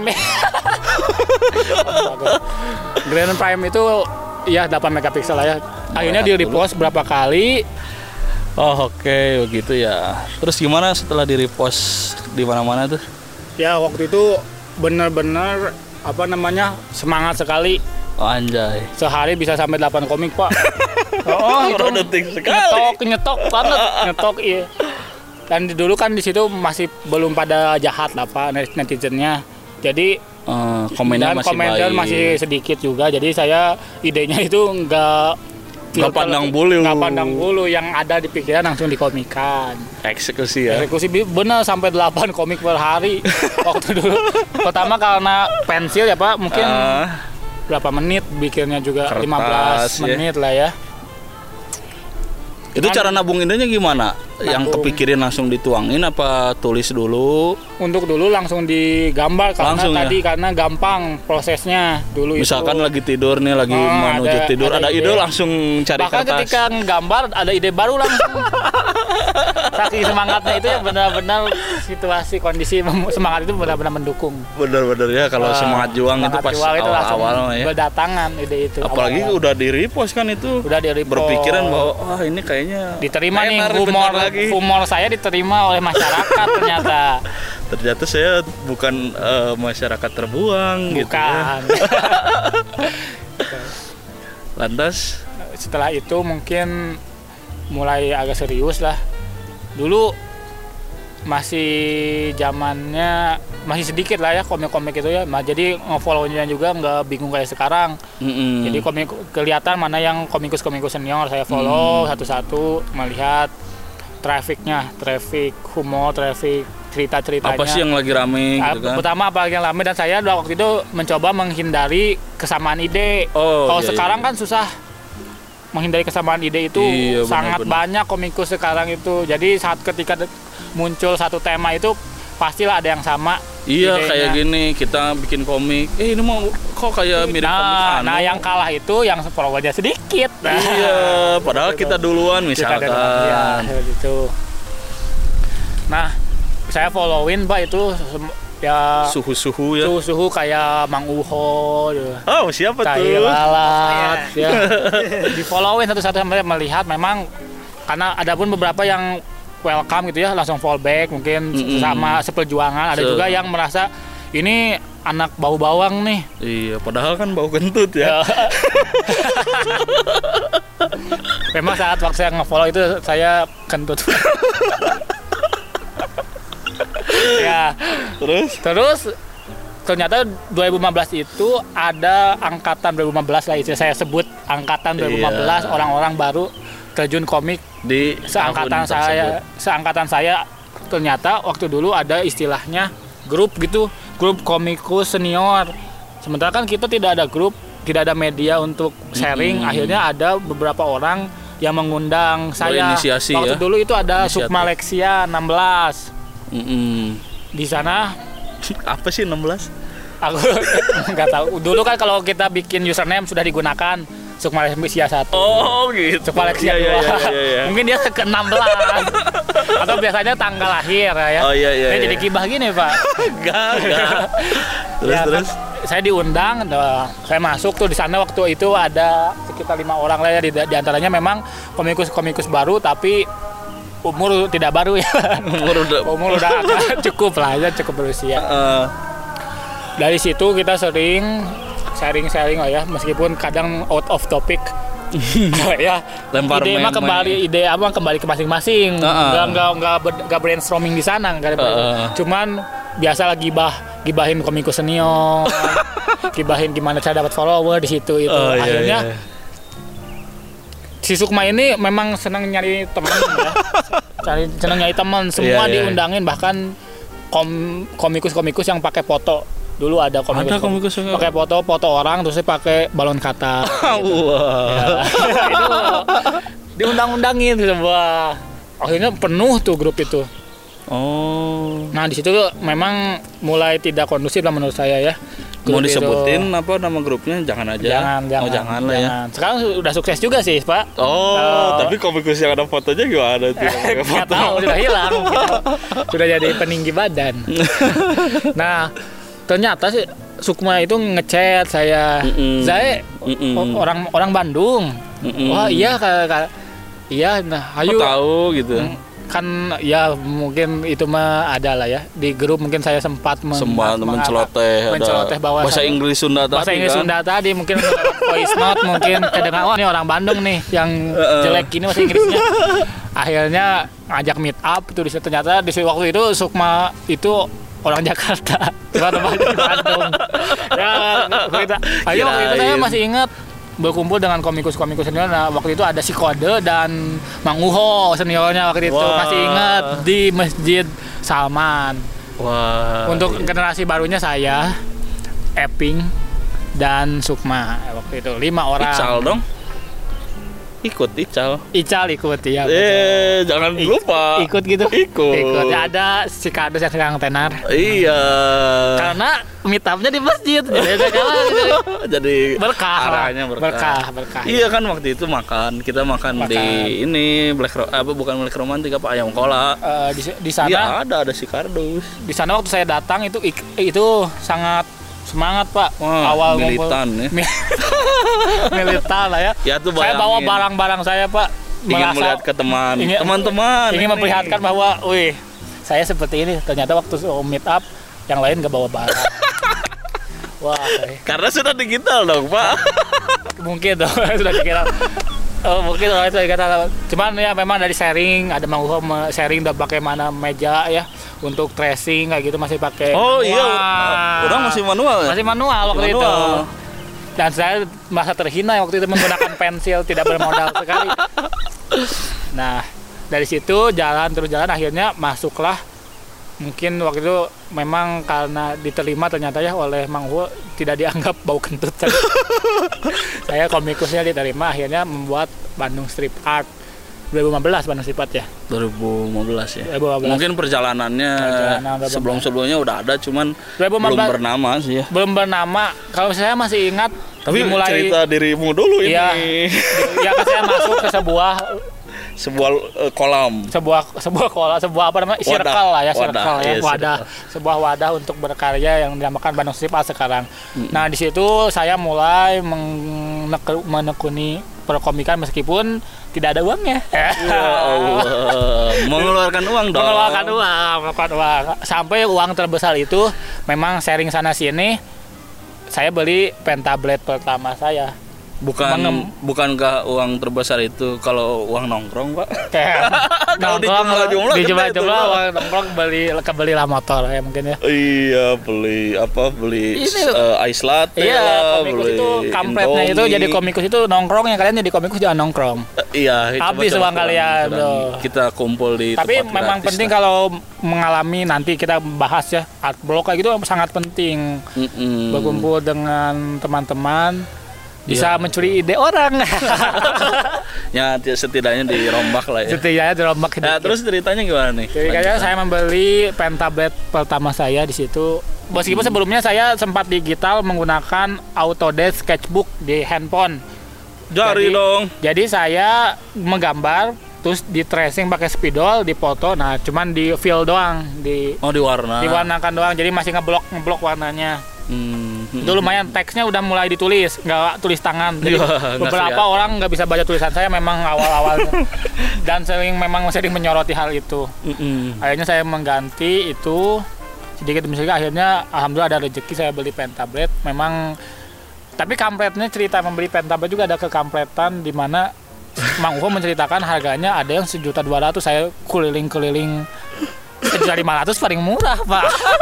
B: Grand Prime itu ya delapan megapiksel lah ya. Akhirnya di repost berapa kali.
A: Oh, oke, begitu ya. Terus gimana setelah di repost di mana-mana tuh?
B: Ya waktu itu benar-benar apa namanya semangat sekali.
A: Oh, anjay.
B: Sehari bisa sampai delapan komik, Pak. Oh, itu
A: Produktif sekali.
B: nyetok, nyetok banget, nyetok iya. Dan di- dulu kan di situ masih belum pada jahat lah Pak netizennya. Jadi
A: Eh, komennya
B: dan
A: masih
B: komentar
A: baik.
B: masih sedikit juga. Jadi saya idenya itu enggak
A: Nggak pandang bulu.
B: Nggak pandang bulu, yang ada di pikiran langsung dikomikan.
A: Eksekusi ya.
B: Eksekusi bi- bener sampai delapan komik per hari waktu dulu. Pertama karena pensil ya Pak, mungkin
A: Ah,
B: berapa menit bikinnya juga
A: Kertas,
B: lima belas
A: ya.
B: menit lah ya.
A: itu cara nabung idenya gimana? Yang
B: Nabung.
A: kepikirin langsung dituangin apa tulis dulu?
B: Untuk dulu langsung digambar karena
A: Langsung ya?
B: tadi karena gampang prosesnya dulu
A: Misalkan
B: itu.
A: lagi tidur nih, lagi
B: Oh,
A: menuju
B: ada-
A: tidur,
B: ada
A: ada, ide
B: ide.
A: langsung cari
B: Bahkan
A: kertas.
B: ketika nggambar ada ide baru langsung. Saking semangatnya itu ya benar-benar situasi kondisi mem- semangat itu benar-benar mendukung.
A: Bener-bener ya, kalau
B: Wah,
A: semangat juang itu
B: semangat
A: pas
B: juang itu langsung
A: awal-awal ya.
B: berdatangan ide itu.
A: Apalagi
B: awal-awal.
A: udah di repost kan itu.
B: Udah di-repost.
A: Berpikiran bahwa wah ini kayaknya
B: diterima nih
A: tenar
B: humor
A: bentar lagi.
B: humor saya diterima oleh masyarakat ternyata.
A: Ternyata saya bukan eh, masyarakat terbuang gitu ya.
B: Bukan.
A: Lantas
B: Setelah itu mungkin mulai agak serius lah. Dulu masih zamannya masih sedikit lah ya komik-komik itu ya. Nah, jadi nge-follow-nya juga nggak bingung kayak sekarang.
A: mm-mm.
B: Jadi komik kelihatan mana yang komikus-komikus senior saya follow
A: Hmm.
B: satu-satu, melihat trafficnya, traffic humor, traffic cerita-ceritanya.
A: apa sih yang lagi rame
B: Ah,
A: gitu kan?
B: Pertama apa yang rame, dan saya waktu itu mencoba menghindari kesamaan ide.
A: Oh,
B: Kalau
A: iya,
B: sekarang
A: iya.
B: kan susah menghindari kesamaan ide itu,
A: Iya,
B: sangat
A: benar-benar.
B: banyak komikus sekarang itu. Jadi saat ketika de- muncul satu tema itu pastilah ada yang sama.
A: Iya,
B: idenya.
A: kayak gini kita bikin komik. Eh ini mau kok kayak mirip komik
B: Nah,
A: anu.
B: nah yang kalah itu yang followernya sedikit. Nah,
A: Iya, padahal kita duluan
B: kita
A: misalkan.
B: ada- ya, gitu. Nah, saya followin Pak itu sem- ya
A: Suhu-suhu ya.
B: suhu-suhu kayak Mang Uho, gitu.
A: Oh, siapa
B: Tai
A: tuh?
B: lalat, ya. Di followin satu-satu sampai melihat memang karena ada pun beberapa yang welcome gitu ya, langsung fallback mungkin
A: Mm-mm.
B: sama seperjuangan. Ada
A: Se-
B: juga yang merasa ini anak bau bawang nih.
A: Iya, padahal kan bau kentut ya.
B: Memang saat waktu saya nge-follow itu saya kentut. Ya,
A: Terus
B: terus ternyata dua ribu lima belas itu ada angkatan dua ribu lima belas lah, istilah saya sebut angkatan dua ribu lima belas,
A: Iya.
B: orang-orang baru terjun komik
A: di
B: seangkatan
A: tahun
B: saya.
A: tersebut.
B: Seangkatan saya ternyata waktu dulu ada istilahnya grup gitu, grup komikus senior. Sementara kan kita tidak ada grup, tidak ada media untuk sharing. Hmm. Akhirnya ada beberapa orang yang mengundang saya.
A: Berinisiasi,
B: waktu
A: ya?
B: dulu itu ada
A: Inisiatif.
B: Sukma Lexia enam belas.
A: Mm-mm.
B: Di sana
A: Apa sih enam belas?
B: aku nggak tahu. Dulu kan kalau kita bikin username sudah digunakan Sukma Lexia satu.
A: Oh gitu.
B: Sukma Lexia
A: Iya,
B: dua.
A: iya, iya, iya.
B: Mungkin dia ke enam belas. Atau biasanya tanggal lahir ya.
A: Oh iya iya.
B: Ini
A: iya.
B: jadi kibah gini, Pak.
A: Enggak, enggak. Terus
B: Ya,
A: terus.
B: kan, saya diundang, nah, saya masuk tuh di sana waktu itu ada sekitar lima orang lah ya, di, di antaranya memang komikus-komikus baru tapi umur tidak baru ya.
A: Umur udah
B: Umur udah agak cukup lah ya, cukup berusia.
A: uh,
B: Dari situ kita sering sharing-sharing lah ya, meskipun kadang out of topic. Ya,
A: Lempar
B: ide mah
A: main-main.
B: kembali ide apa kembali ke masing-masing.
A: Uh-uh.
B: Nggak nggak nggak ber- nggak brainstorming di sana, nggak ada.
A: Uh-uh.
B: Cuman biasa lagi gibah, gibahin komikus senior, gibahin gimana cara dapat follower di situ itu.
A: Oh, iya,
B: Akhirnya
A: iya.
B: si Sukma ini memang senang nyari teman ya. Cari senang nyari teman, semua
A: Iya, iya.
B: diundangin, bahkan kom- komikus-komikus yang pakai foto. Dulu ada komikus,
A: Ada komikus yang-
B: pakai foto, foto orang terus pakai balon kata.
A: Wah.
B: Itu diundang-undangin semua. Akhirnya penuh tuh grup itu.
A: Oh.
B: Nah, di situ memang mulai tidak kondusif lah menurut saya ya.
A: Mau
B: Grup itu.
A: disebutin apa nama grupnya? Jangan aja.
B: Jangan, jangan.
A: Oh, jangan lah ya.
B: jangan. Sekarang udah sukses juga sih, Pak.
A: Oh,
B: Oh.
A: tapi komikus yang ada fotonya gimana tuh? Pakai
B: Nggak
A: foto.
B: tahu, sudah hilang. Sudah jadi peninggi badan. Nah, ternyata sih Sukma itu ngechat saya.
A: Mm-mm.
B: Saya
A: Mm-mm.
B: o- orang orang Bandung.
A: Mm-mm.
B: Wah, iya Kak. Kak. Iya, nah,
A: Kok
B: ayo.
A: tahu gitu.
B: Mm, kan ya mungkin itu mah ada lah ya di grup mungkin saya sempat men-
A: Sempat
B: meng-
A: menceloteh, ada
B: menceloteh bahwa
A: bahasa
B: saya-
A: Inggris Sunda tadi
B: bahasa Inggris
A: kan?
B: Sunda tadi mungkin voice note mungkin kedengar, wah ini orang Bandung nih yang
A: Heeh.
B: jelek gini bahasa Inggrisnya. Akhirnya ngajak meet up tuh di situ. Ternyata di waktu itu Sukma itu orang Jakarta, teman-teman di Bandung. Ya, kita, ayo waktu itu saya
A: Kirain.
B: masih ingat berkumpul dengan komikus-komikus senior. Nah, waktu itu ada si Kode dan Mang Uho seniornya waktu itu.
A: Wah.
B: Masih ingat di Masjid Salman.
A: Wah.
B: Untuk
A: iya.
B: generasi barunya saya, Eping dan Sukma waktu itu lima orang.
A: Ical dong. Ikut Ical.
B: Ical ikut ya.
A: Eh, jangan
B: Ik-
A: lupa.
B: Ikut gitu.
A: Ikut.
B: Ikut. Ya, ada si Kades yang sekarang tenar.
A: Iya.
B: Karena meet up-nya di masjid. Jadi
A: Jadi
B: berkah. lah.
A: arahnya berkah.
B: Berkah, berkah.
A: Iya kan waktu itu makan, kita makan,
B: Makan.
A: di ini Black Ro- apa bukan Black Romantic apa ayam kola.
B: Eh, di, di sana
A: Iya ada ada si kardus.
B: di sana waktu saya datang itu ik- itu sangat semangat Pak.
A: Wah,
B: Awal
A: militan
B: ngumpul-
A: ya.
B: Mi- militan lah ya.
A: Ya tuh
B: Saya bawa
A: bayangin.
B: barang-barang saya Pak.
A: Ingin
B: Merasa-
A: melihat ke teman,
B: ingin-
A: teman-teman.
B: ingin
A: ini.
B: memperlihatkan bahwa, wih, saya seperti ini. Ternyata waktu meet up yang lain gak bawa barang. Wah, eh,
A: Karena sudah digital dong, Pak.
B: mungkin dong sudah dikira. Oh, mungkin orang itu dikira. Cuman ya memang dari sharing ada Mang Uho me- sharing udah bagaimana meja ya untuk tracing kayak gitu masih pakai.
A: Oh iya,
B: manual.
A: orang masih manual ya?
B: Masih manual waktu
A: Manual.
B: itu. Dan saya merasa terhina waktu itu menggunakan pensil tidak bermodal sekali. Nah, dari situ jalan terus jalan akhirnya masuklah. Mungkin waktu itu memang karena diterima ternyata ya oleh Mang Uho tidak dianggap bau kentut. Saya komikusnya diterima akhirnya membuat Bandung Strip Art dua ribu lima belas Bandung Strip Art ya.
A: dua ribu lima belas ya.
B: dua ribu lima belas.
A: Mungkin perjalanannya
B: Perjalanan udah
A: sebelum-sebelumnya udah ada cuman
B: dua ribu lima belas
A: belum bernama sih ya.
B: belum bernama. Kalau saya masih ingat
A: Tapi
B: dimulai
A: cerita dirimu dulu
B: Iya.
A: ini.
B: ya kan saya masuk ke sebuah
A: Sebuah eh, kolam.
B: sebuah sebuah kolam sebuah apa namanya
A: Wadah.
B: circle lah ya circle
A: Wadah,
B: ya
A: iya,
B: wadah
A: circle.
B: sebuah wadah untuk berkarya yang dinamakan Bandung Strip Art sekarang. Nah di situ saya mulai menek- menekuni perkomikan meskipun tidak ada uangnya.
A: Ya Allah. Mengeluarkan uang dong.
B: Mengeluarkan uang, mengeluarkan uang. Sampai uang terbesar itu memang sharing sana sini. Saya beli pen tablet pertama saya
A: Bukan
B: mengem-
A: bukankah uang terbesar itu kalau uang nongkrong, Pak?
B: kayak
A: Kalau
B: nongkrong
A: dijumlah-jumlah
B: di
A: gede
B: jumlah
A: itu,
B: jumlah
A: Pak.
B: uang nongkrong beli kebelilah motor ya mungkin ya.
A: Iya, beli apa? Beli
B: Ini,
A: eh, ice latte
B: Iya,
A: lah,
B: komikus
A: beli
B: itu kampretnya itu
A: Indomie.
B: jadi komikus itu nongkrong ya, kalian jadi komikus jangan nongkrong.
A: Eh, iya,
B: Habis
A: coba-coba
B: uang kalian,
A: kurang-
B: tuh.
A: Kita kumpul di
B: Tapi
A: tempat
B: memang
A: gratis
B: penting
A: lah.
B: kalau mengalami, nanti kita bahas ya, art block kayak gitu sangat penting.
A: Mm-mm.
B: Berkumpul dengan teman-teman bisa
A: Iya.
B: mencuri ide orang.
A: Ya ti- setidaknya dirombak lah ya.
B: Setidaknya dirombak
A: Nah,
B: sedikit.
A: terus ceritanya gimana nih?
B: Jadi kayaknya
A: Lanjutan.
B: saya membeli pen tablet pertama saya di situ. Meskipun
A: Hmm.
B: sebelumnya saya sempat digital menggunakan Autodesk Sketchbook di handphone.
A: Jari
B: Jadi-
A: dong.
B: Jadi saya menggambar, terus di tracing pakai spidol, dipoto. Nah, cuman di fill doang, di
A: Oh, di warna.
B: diwarnakan doang. Jadi masih ngeblok ngeblok warnanya.
A: Hmm.
B: Itu lumayan, teksnya udah mulai ditulis, nggak tulis tangan. Jadi
A: Iya, nggak
B: beberapa
A: kelihatan.
B: orang nggak bisa baca tulisan saya memang awal-awalnya. Dan sering memang sering menyoroti hal itu.
A: Mm-mm.
B: Akhirnya saya mengganti itu sedikit demi sedikit. Akhirnya alhamdulillah ada rezeki, saya beli pen tablet. Memang tapi kampretnya, cerita membeli pen tablet juga ada kekampretan di mana Mang Uho menceritakan harganya ada yang sejuta dua ratus. Saya keliling-keliling sejuta lima ratus paling murah, Pak.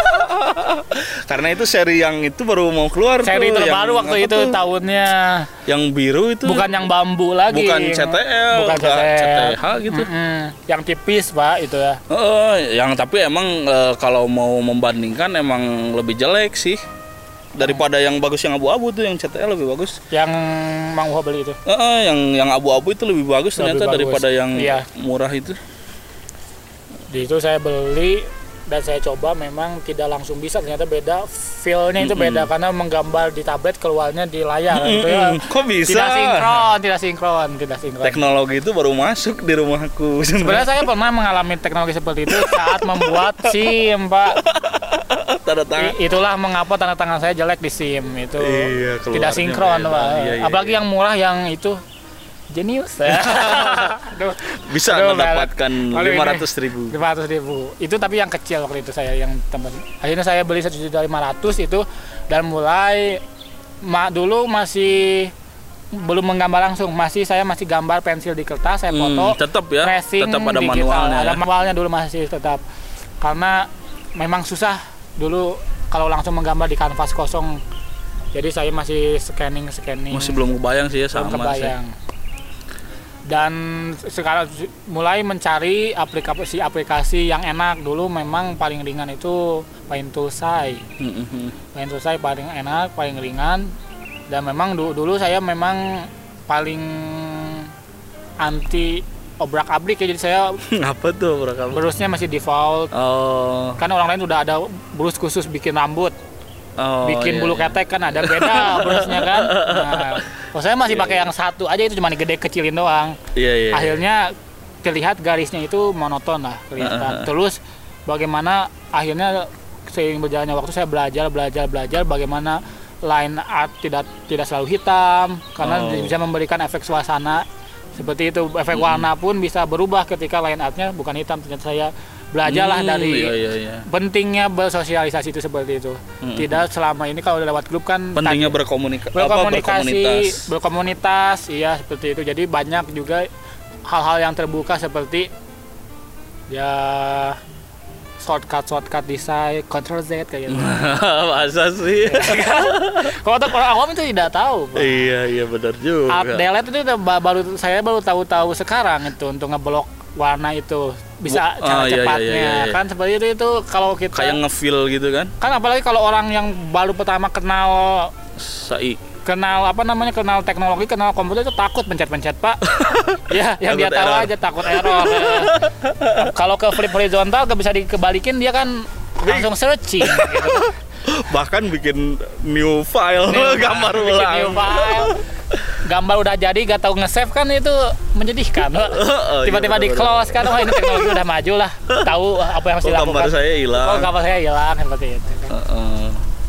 A: Karena itu seri yang itu baru mau keluar
B: Seri
A: tuh.
B: terbaru
A: yang
B: waktu
A: apa
B: itu
A: tuh?
B: tahunnya.
A: Yang biru itu.
B: Bukan yang bambu lagi.
A: Bukan C T L,
B: Bukan C T
A: nggak
B: L.
A: C T H gitu.
B: Mm-mm. Yang tipis, Pak, itu ya.
A: Oh, yang tapi emang eh, kalau mau membandingkan emang lebih jelek sih daripada yang bagus, yang abu-abu tuh, yang C T L lebih bagus.
B: Yang Mang Uho beli itu.
A: Eh, eh, yang yang abu-abu itu lebih bagus
B: Lebih
A: ternyata
B: bagus.
A: daripada yang
B: Iya.
A: murah itu.
B: Di itu saya beli dan saya coba, memang tidak langsung bisa, ternyata beda feel-nya itu beda karena menggambar di tablet keluarnya di layar gitu ya.
A: Mm-mm. Kok bisa?
B: Tidak sinkron, tidak sinkron, tidak sinkron.
A: Teknologi itu baru masuk di rumahku.
B: Sebenarnya saya pernah mengalami teknologi seperti itu saat membuat SIM, Pak.
A: Tanda tangan.
B: I- itulah mengapa tanda tangan saya jelek di SIM itu.
A: Iya, keluarnya
B: Tidak sinkron,
A: beda.
B: Pak.
A: Iya, iya,
B: Apalagi
A: iya.
B: yang murah yang itu jenius ya. Aduh.
A: Bisa
B: Aduh,
A: mendapatkan
B: Aduh,
A: lima
B: ini.
A: ratus ribu.
B: lima ratus ribu itu, tapi yang kecil waktu itu saya yang teman. Akhirnya saya beli satu juta lima ratus itu, dan mulai ma, dulu masih belum menggambar langsung, masih saya masih gambar pensil di kertas, saya foto,
A: Hmm, tetap ya,
B: tracing
A: tetap ada
B: digital.
A: manualnya.
B: Ada
A: ya.
B: manualnya dulu masih tetap, karena memang susah dulu kalau langsung menggambar di kanvas kosong. Jadi saya masih scanning scanning.
A: Masih belum kebayang sih ya,
B: belum
A: sama
B: kebayang. Dan sekarang mulai mencari aplikasi-aplikasi yang enak. Dulu memang paling ringan itu Paint Toolsai.
A: sih. Mm-mm.
B: Paint Toolsai paling enak, paling ringan. Dan memang du- dulu saya memang paling anti obrak-abrik ya. Jadi saya
A: Apa tuh berakamu?
B: brusnya masih default.
A: Oh,
B: Kan orang lain udah ada brus khusus bikin rambut,
A: oh,
B: bikin
A: iya,
B: bulu
A: iya.
B: ketek, kan ada beda brusnya kan. Nah, kalau saya masih pakai yang satu aja, itu cuma digede kecilin doang.
A: Iya, iya.
B: Akhirnya terlihat garisnya itu monoton lah kelihatan. Terus bagaimana akhirnya seiring berjalannya waktu saya belajar belajar belajar bagaimana line art tidak tidak selalu hitam, karena
A: Oh.
B: bisa memberikan efek suasana seperti itu. Efek warna pun bisa berubah ketika line artnya bukan hitam. Ternyata saya belajarlah
A: Hmm,
B: dari
A: iya, iya, iya.
B: pentingnya bersosialisasi itu seperti itu.
A: Mm-mm.
B: Tidak selama ini kalau lewat grup kan
A: Pentingnya
B: tadi-
A: berkomunika- apa,
B: berkomunikasi,
A: berkomunitas.
B: berkomunitas, iya seperti itu. Jadi banyak juga hal-hal yang terbuka seperti ya shortcut shortcut desain, Ctrl Z kayak gitu.
A: Masa sih?
B: Kalau untuk orang awam itu tidak tahu, Pak.
A: Iya, iya benar juga.
B: Art delete itu udah ba- baru saya baru tahu-tahu sekarang itu untuk ngeblok warna itu bisa
A: Bu-
B: cara
A: oh, iya, iya,
B: cepatnya
A: iya, iya.
B: kan seperti itu. Itu kalau kita
A: Kayak nge-feel gitu kan?
B: kan apalagi kalau orang yang baru pertama kenal
A: Sai.
B: kenal apa namanya kenal teknologi, kenal komputer itu takut pencet-pencet, Pak. Ya, yang dia
A: Takut
B: tahu
A: error.
B: aja takut error. Eh, Kalau ke flip horizontal gak bisa dikebalikin, dia kan langsung searching gitu.
A: Bahkan bikin new file,
B: New
A: gambar
B: file, bikin
A: ulang.
B: new file. Gambar udah jadi gak tahu nge-save kan, itu menyedihkan, Pak.
A: Oh, iya,
B: Tiba-tiba di
A: benar-benar.
B: close kan, wah ini teknologi udah maju lah. Tahu apa yang harus
A: Oh,
B: dilakukan.
A: gambar saya hilang.
B: Oh, gambar saya hilang seperti itu.
A: Heeh.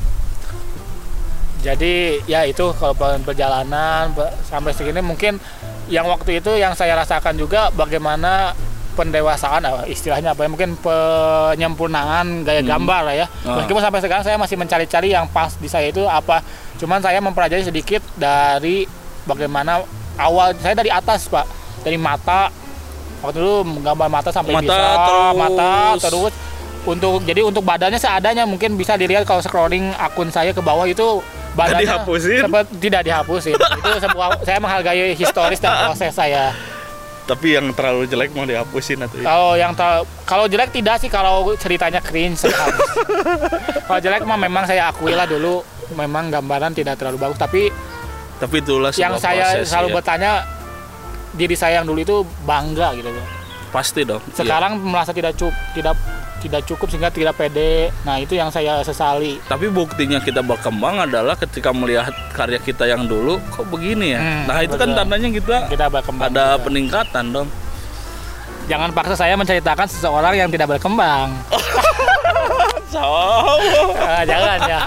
B: Jadi ya itu kalau perjalanan be- sampai segini mungkin yang waktu itu yang saya rasakan juga bagaimana pendewasaan, ah, istilahnya apa ya, mungkin penyempurnaan gaya
A: Hmm.
B: gambar lah ya.
A: Ah.
B: Meskipun sampai sekarang saya masih mencari-cari yang pas di saya itu apa. Cuman saya mempelajari sedikit dari bagaimana awal saya dari atas Pak, dari mata waktu dulu menggambar mata sampai
A: Mata
B: bisa
A: terus.
B: mata terus untuk jadi untuk badannya seadanya, mungkin bisa dilihat kalau scrolling akun saya ke bawah itu badannya
A: dihapusin?
B: sepet- tidak dihapusin. Itu sebuah saya menghargai historis dan proses saya.
A: Tapi yang terlalu jelek mau dihapusin atau
B: Kalau yang ter- kalau jelek tidak sih, kalau ceritanya cringe saya hapus. Kalau jelek mah memang saya akui lah dulu memang gambaran tidak terlalu bagus, tapi
A: tapi itulah
B: yang
A: sebuah
B: saya
A: proses,
B: selalu
A: ya.
B: bertanya diri saya yang dulu itu bangga gitu loh.
A: Pasti dong.
B: Sekarang merasa tidak cukup, tidak tidak cukup sehingga tidak pede. Nah, itu yang saya sesali.
A: Iya. Tapi buktinya kita berkembang adalah ketika melihat karya kita yang dulu kok begini ya.
B: Hmm,
A: nah, itu kan
B: betul.
A: tandanya kita,
B: Kita berkembang.
A: ada
B: juga.
A: peningkatan dong.
B: Jangan paksa saya menceritakan seseorang yang tidak berkembang.
A: So.
B: Ah, jangan ya.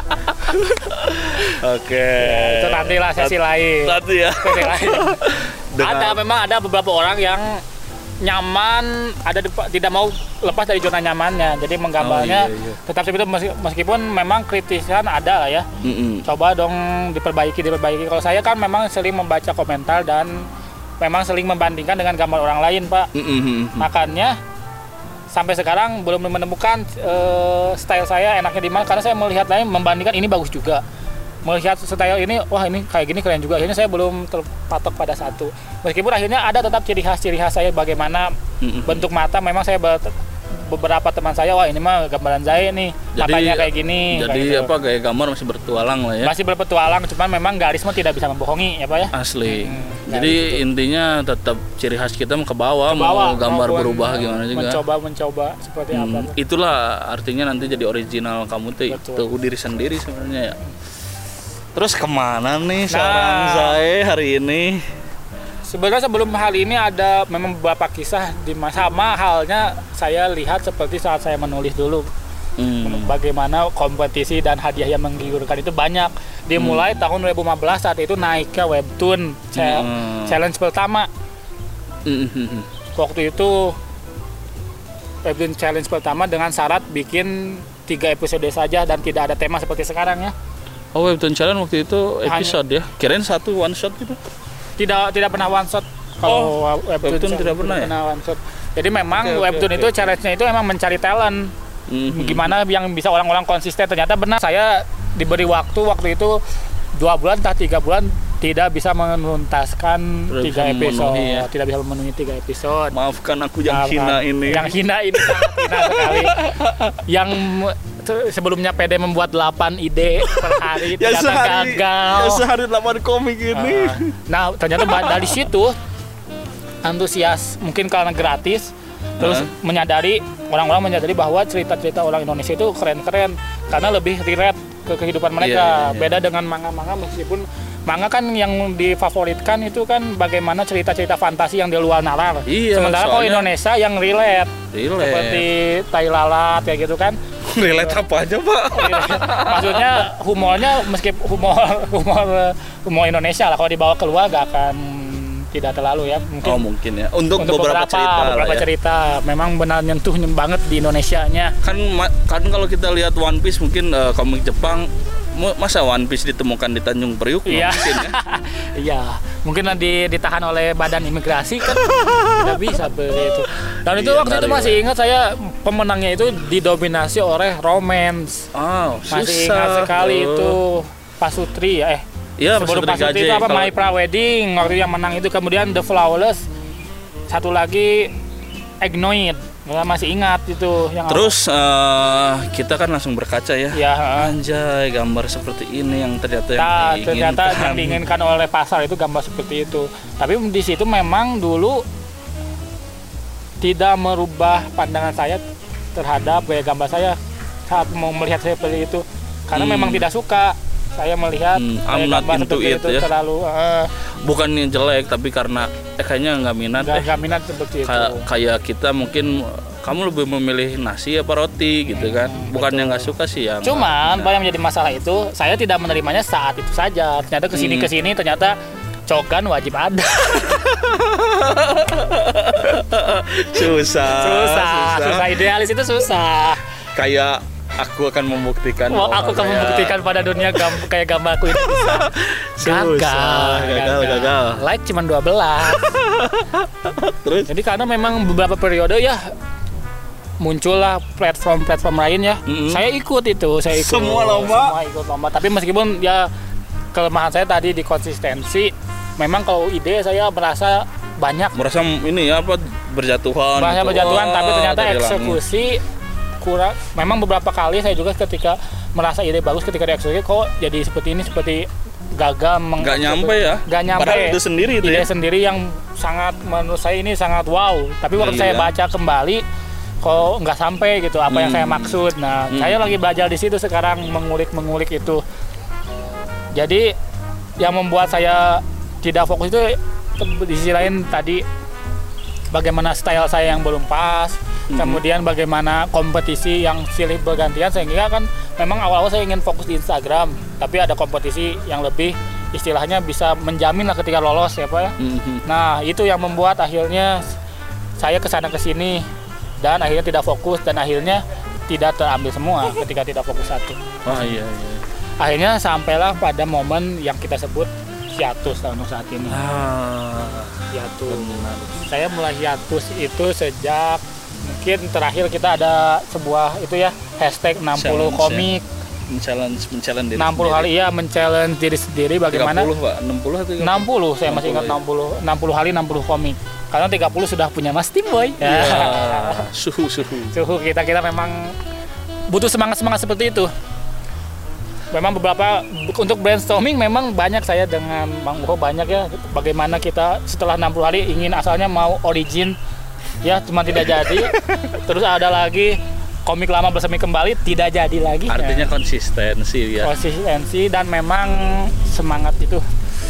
A: Oke.
B: Itu nantilah sesi lain.
A: Nanti ya.
B: Sesi lain.
A: Dengan-
B: Ada memang ada beberapa orang yang nyaman, ada di- tidak mau lepas dari zona nyamannya. Jadi menggambarnya
A: Oh, iya, iya.
B: tetap seperti itu meski- meskipun memang kritisan ada lah ya.
A: Mm-mm.
B: Coba dong diperbaiki diperbaiki. Kalau saya kan memang sering membaca komentar dan memang sering membandingkan dengan gambar orang lain, Pak.
A: Mm-mm.
B: Makanya sampai sekarang belum menemukan eh, style saya enaknya di mana, karena saya melihat lain membandingkan ini bagus juga. Melihat style ini, wah ini kayak gini keren juga. Akhirnya saya belum terpatok pada satu. Meskipun akhirnya ada tetap ciri khas ciri khas saya bagaimana
A: Mm-mm.
B: bentuk mata. Memang saya ber- beberapa teman saya, wah ini mah gambaran saya nih, matanya kayak gini.
A: Jadi
B: kayak gitu.
A: apa gaya gambar masih bertualang lah ya.
B: Masih berpetualang, cuman memang garis mah tidak bisa membohongi ya Pak ya.
A: Asli.
B: Hmm,
A: Jadi
B: nah, gitu.
A: intinya tetap ciri khas kita mau ke bawah,
B: Ke bawah,
A: mau gambar
B: maupun
A: berubah gimana juga.
B: Mencoba mencoba seperti
A: Hmm,
B: apa.
A: itulah artinya nanti jadi original kamu tuh
B: Betul.
A: itu diri sendiri sebenarnya ya. Terus kemana nih
B: Nah.
A: seorang saya hari ini?
B: Sebenarnya sebelum hal ini ada memang beberapa kisah di masa sama halnya saya lihat seperti saat saya menulis dulu.
A: Hmm.
B: Bagaimana kompetisi dan hadiah yang menggiurkan itu banyak. Dimulai tahun dua ribu lima belas, saat itu naiknya webtoon cha-
A: Hmm.
B: challenge pertama.
A: Hmm.
B: Waktu itu webtoon challenge pertama dengan syarat bikin tiga episode saja dan tidak ada tema seperti sekarang ya.
A: Oh, webtoon challenge waktu itu episode ya. Kirain satu one shot gitu.
B: Tidak tidak pernah one shot. Kalau
A: Oh,
B: webtoon,
A: webtoon tidak pernah ya?
B: one shot. Jadi memang
A: Oke, oke,
B: webtoon
A: oke,
B: itu
A: oke.
B: challenge-nya itu emang mencari talent.
A: Mhm.
B: Gimana yang bisa orang-orang konsisten. Ternyata benar, saya diberi waktu waktu itu dua bulan atau tiga bulan tidak bisa menuntaskan
A: Tidak
B: tiga
A: bisa
B: episode,
A: memenuhi ya.
B: tidak bisa memenuhi tiga episode.
A: Maafkan aku yang
B: Maafkan.
A: hina ini.
B: Yang hina ini sangat hina sekali. Yang se- sebelumnya P D membuat delapan ide per hari
A: ya
B: ternyata
A: sehari,
B: gagal.
A: ya sehari delapan komik ini.
B: Ah, nah, ternyata ba- dari situ antusias, mungkin karena gratis, terus
A: Ah.
B: menyadari orang-orang menyadari bahwa cerita-cerita orang Indonesia itu keren-keren karena lebih relate ke kehidupan mereka.
A: Iya, iya, iya.
B: Beda dengan manga-manga, meskipun manga kan yang difavoritkan itu kan bagaimana cerita-cerita fantasi yang di luar nalar.
A: Iya,
B: Sementara kalau
A: soalnya-
B: Indonesia yang relate,
A: Relate.
B: seperti Tai Lalat kayak gitu kan.
A: Relate apa aja, Pak?
B: Maksudnya humornya meskipun humor humor humor Indonesia lah, kalau dibawa keluar gak akan tidak terlalu ya, mungkin
A: Oh, mungkin ya. Untuk,
B: untuk
A: beberapa, cerita lah
B: beberapa
A: ya.
B: cerita memang benar nyentuh banget di Indonesianya.
A: Kan ma- kan kalau kita lihat One Piece mungkin eh, komik Jepang, mu- masa One Piece ditemukan di Tanjung Priuk? Nggak
B: Iya.
A: mungkin ya.
B: Iya, mungkin di, ditahan oleh badan imigrasi kan tidak bisa seperti itu. Dan itu
A: Iya,
B: waktu itu
A: dari-
B: masih ingat saya, pemenangnya itu didominasi oleh romance.
A: Oh,
B: Masih
A: susah.
B: ingat sekali
A: Oh.
B: itu Pasutri ya, eh
A: Iya,
B: sebelum
A: Pasutri
B: Pasutri
A: Gaje.
B: itu apa,
A: Kalau-
B: My Pra-Wedding waktu yang menang itu, kemudian The Flawless, satu lagi Egnoid, ya, masih ingat itu yang
A: Terus eh, kita kan langsung berkaca ya.
B: ya
A: Anjay, gambar seperti ini yang ternyata yang
B: Nah,
A: diinginkan.
B: ternyata yang diinginkan oleh pasar itu gambar seperti itu. Tapi di situ memang dulu tidak merubah pandangan saya terhadap gaya gambar saya saat mau melihat saya seperti itu, karena
A: Hmm.
B: memang tidak suka saya melihat
A: Hmm,
B: gaya
A: I'm not
B: gambar
A: into
B: seperti
A: it,
B: itu
A: ya.
B: terlalu eh,
A: Bukannya jelek, tapi karena eh, kayaknya nggak minat
B: nggak
A: deh.
B: nggak minat seperti itu.
A: Kayak kayak kita mungkin kamu lebih memilih nasi apa roti gitu kan. Bukannya nggak suka sih ya.
B: Cuman
A: nggak-
B: apa yang menjadi masalah itu, saya tidak menerimanya saat itu saja. Ternyata kesini
A: Hmm.
B: kesini ternyata cogan wajib ada.
A: susah,
B: susah, susah, idealis itu susah.
A: Kayak Aku akan membuktikan.
B: Wah, aku akan
A: saya...
B: membuktikan pada dunia gam kayak gambarku ini bisa.
A: Susah.
B: Gagal,
A: gagal, gagal.
B: Like cuma dua belas.
A: Terus?
B: Jadi karena memang beberapa periode ya muncullah platform-platform lain ya. Mm-hmm. Saya ikut itu, saya ikut.
A: Semua lomba.
B: Semua ikut lomba. Tapi meskipun ya kelemahan saya tadi di konsistensi, memang kalau ide saya merasa banyak.
A: Merasa ini ya apa berjatuhan.
B: Merasa
A: gitu.
B: berjatuhan,
A: Wah,
B: tapi ternyata
A: dari
B: eksekusi langit. Kurang. Memang beberapa kali saya juga ketika merasa ide bagus ketika dieksekusi kok jadi seperti ini, seperti gagal.
A: Nggak nyampe ya?
B: Nggak nyampe.
A: Padahal itu sendiri itu
B: ide
A: ya?
B: sendiri yang sangat menurut saya ini sangat wow. Tapi waktu
A: iya.
B: saya baca kembali kok nggak sampai gitu apa hmm. yang saya maksud. Nah, hmm. saya lagi belajar di situ sekarang mengulik-mengulik itu. Jadi yang membuat saya tidak fokus itu di sisi lain tadi bagaimana style saya yang belum pas, hmm. kemudian bagaimana kompetisi yang silih bergantian sehingga kan memang awal-awal saya ingin fokus di Instagram, tapi ada kompetisi yang lebih istilahnya bisa menjamin lah ketika lolos ya Pak ya. Hmm. Nah, itu yang membuat akhirnya saya kesana kesini dan akhirnya tidak fokus dan akhirnya tidak terambil semua ketika tidak fokus satu.
A: Oh iya iya.
B: Akhirnya sampailah pada momen yang kita sebut hiatus tahun saat ini.
A: Ah,
B: hiatus. Benar. Saya mulai hiatus itu sejak mungkin terakhir kita ada sebuah itu ya hashtag enam puluh komik.
A: Men-challenge, men-challenge diri
B: enam puluh
A: sendiri.
B: kali ya men-challenge diri sendiri bagaimana?
A: tiga puluh Pak, enam puluh atau
B: enam puluh saya masih ingat enam puluh. enam puluh kali enam puluh komik. Karena tiga puluh sudah punya Mas Timboy.
A: Ya, suhu suhu.
B: Suhu kita kita memang butuh semangat-semangat seperti itu. Memang beberapa untuk brainstorming memang banyak saya dengan Bang Uho banyak ya bagaimana kita setelah enam puluh hari ingin asalnya mau origin ya cuma tidak jadi. Terus ada lagi komik lama bersemi kembali tidak jadi lagi.
A: Artinya
B: ya.
A: konsistensi ya.
B: Konsistensi dan memang semangat itu.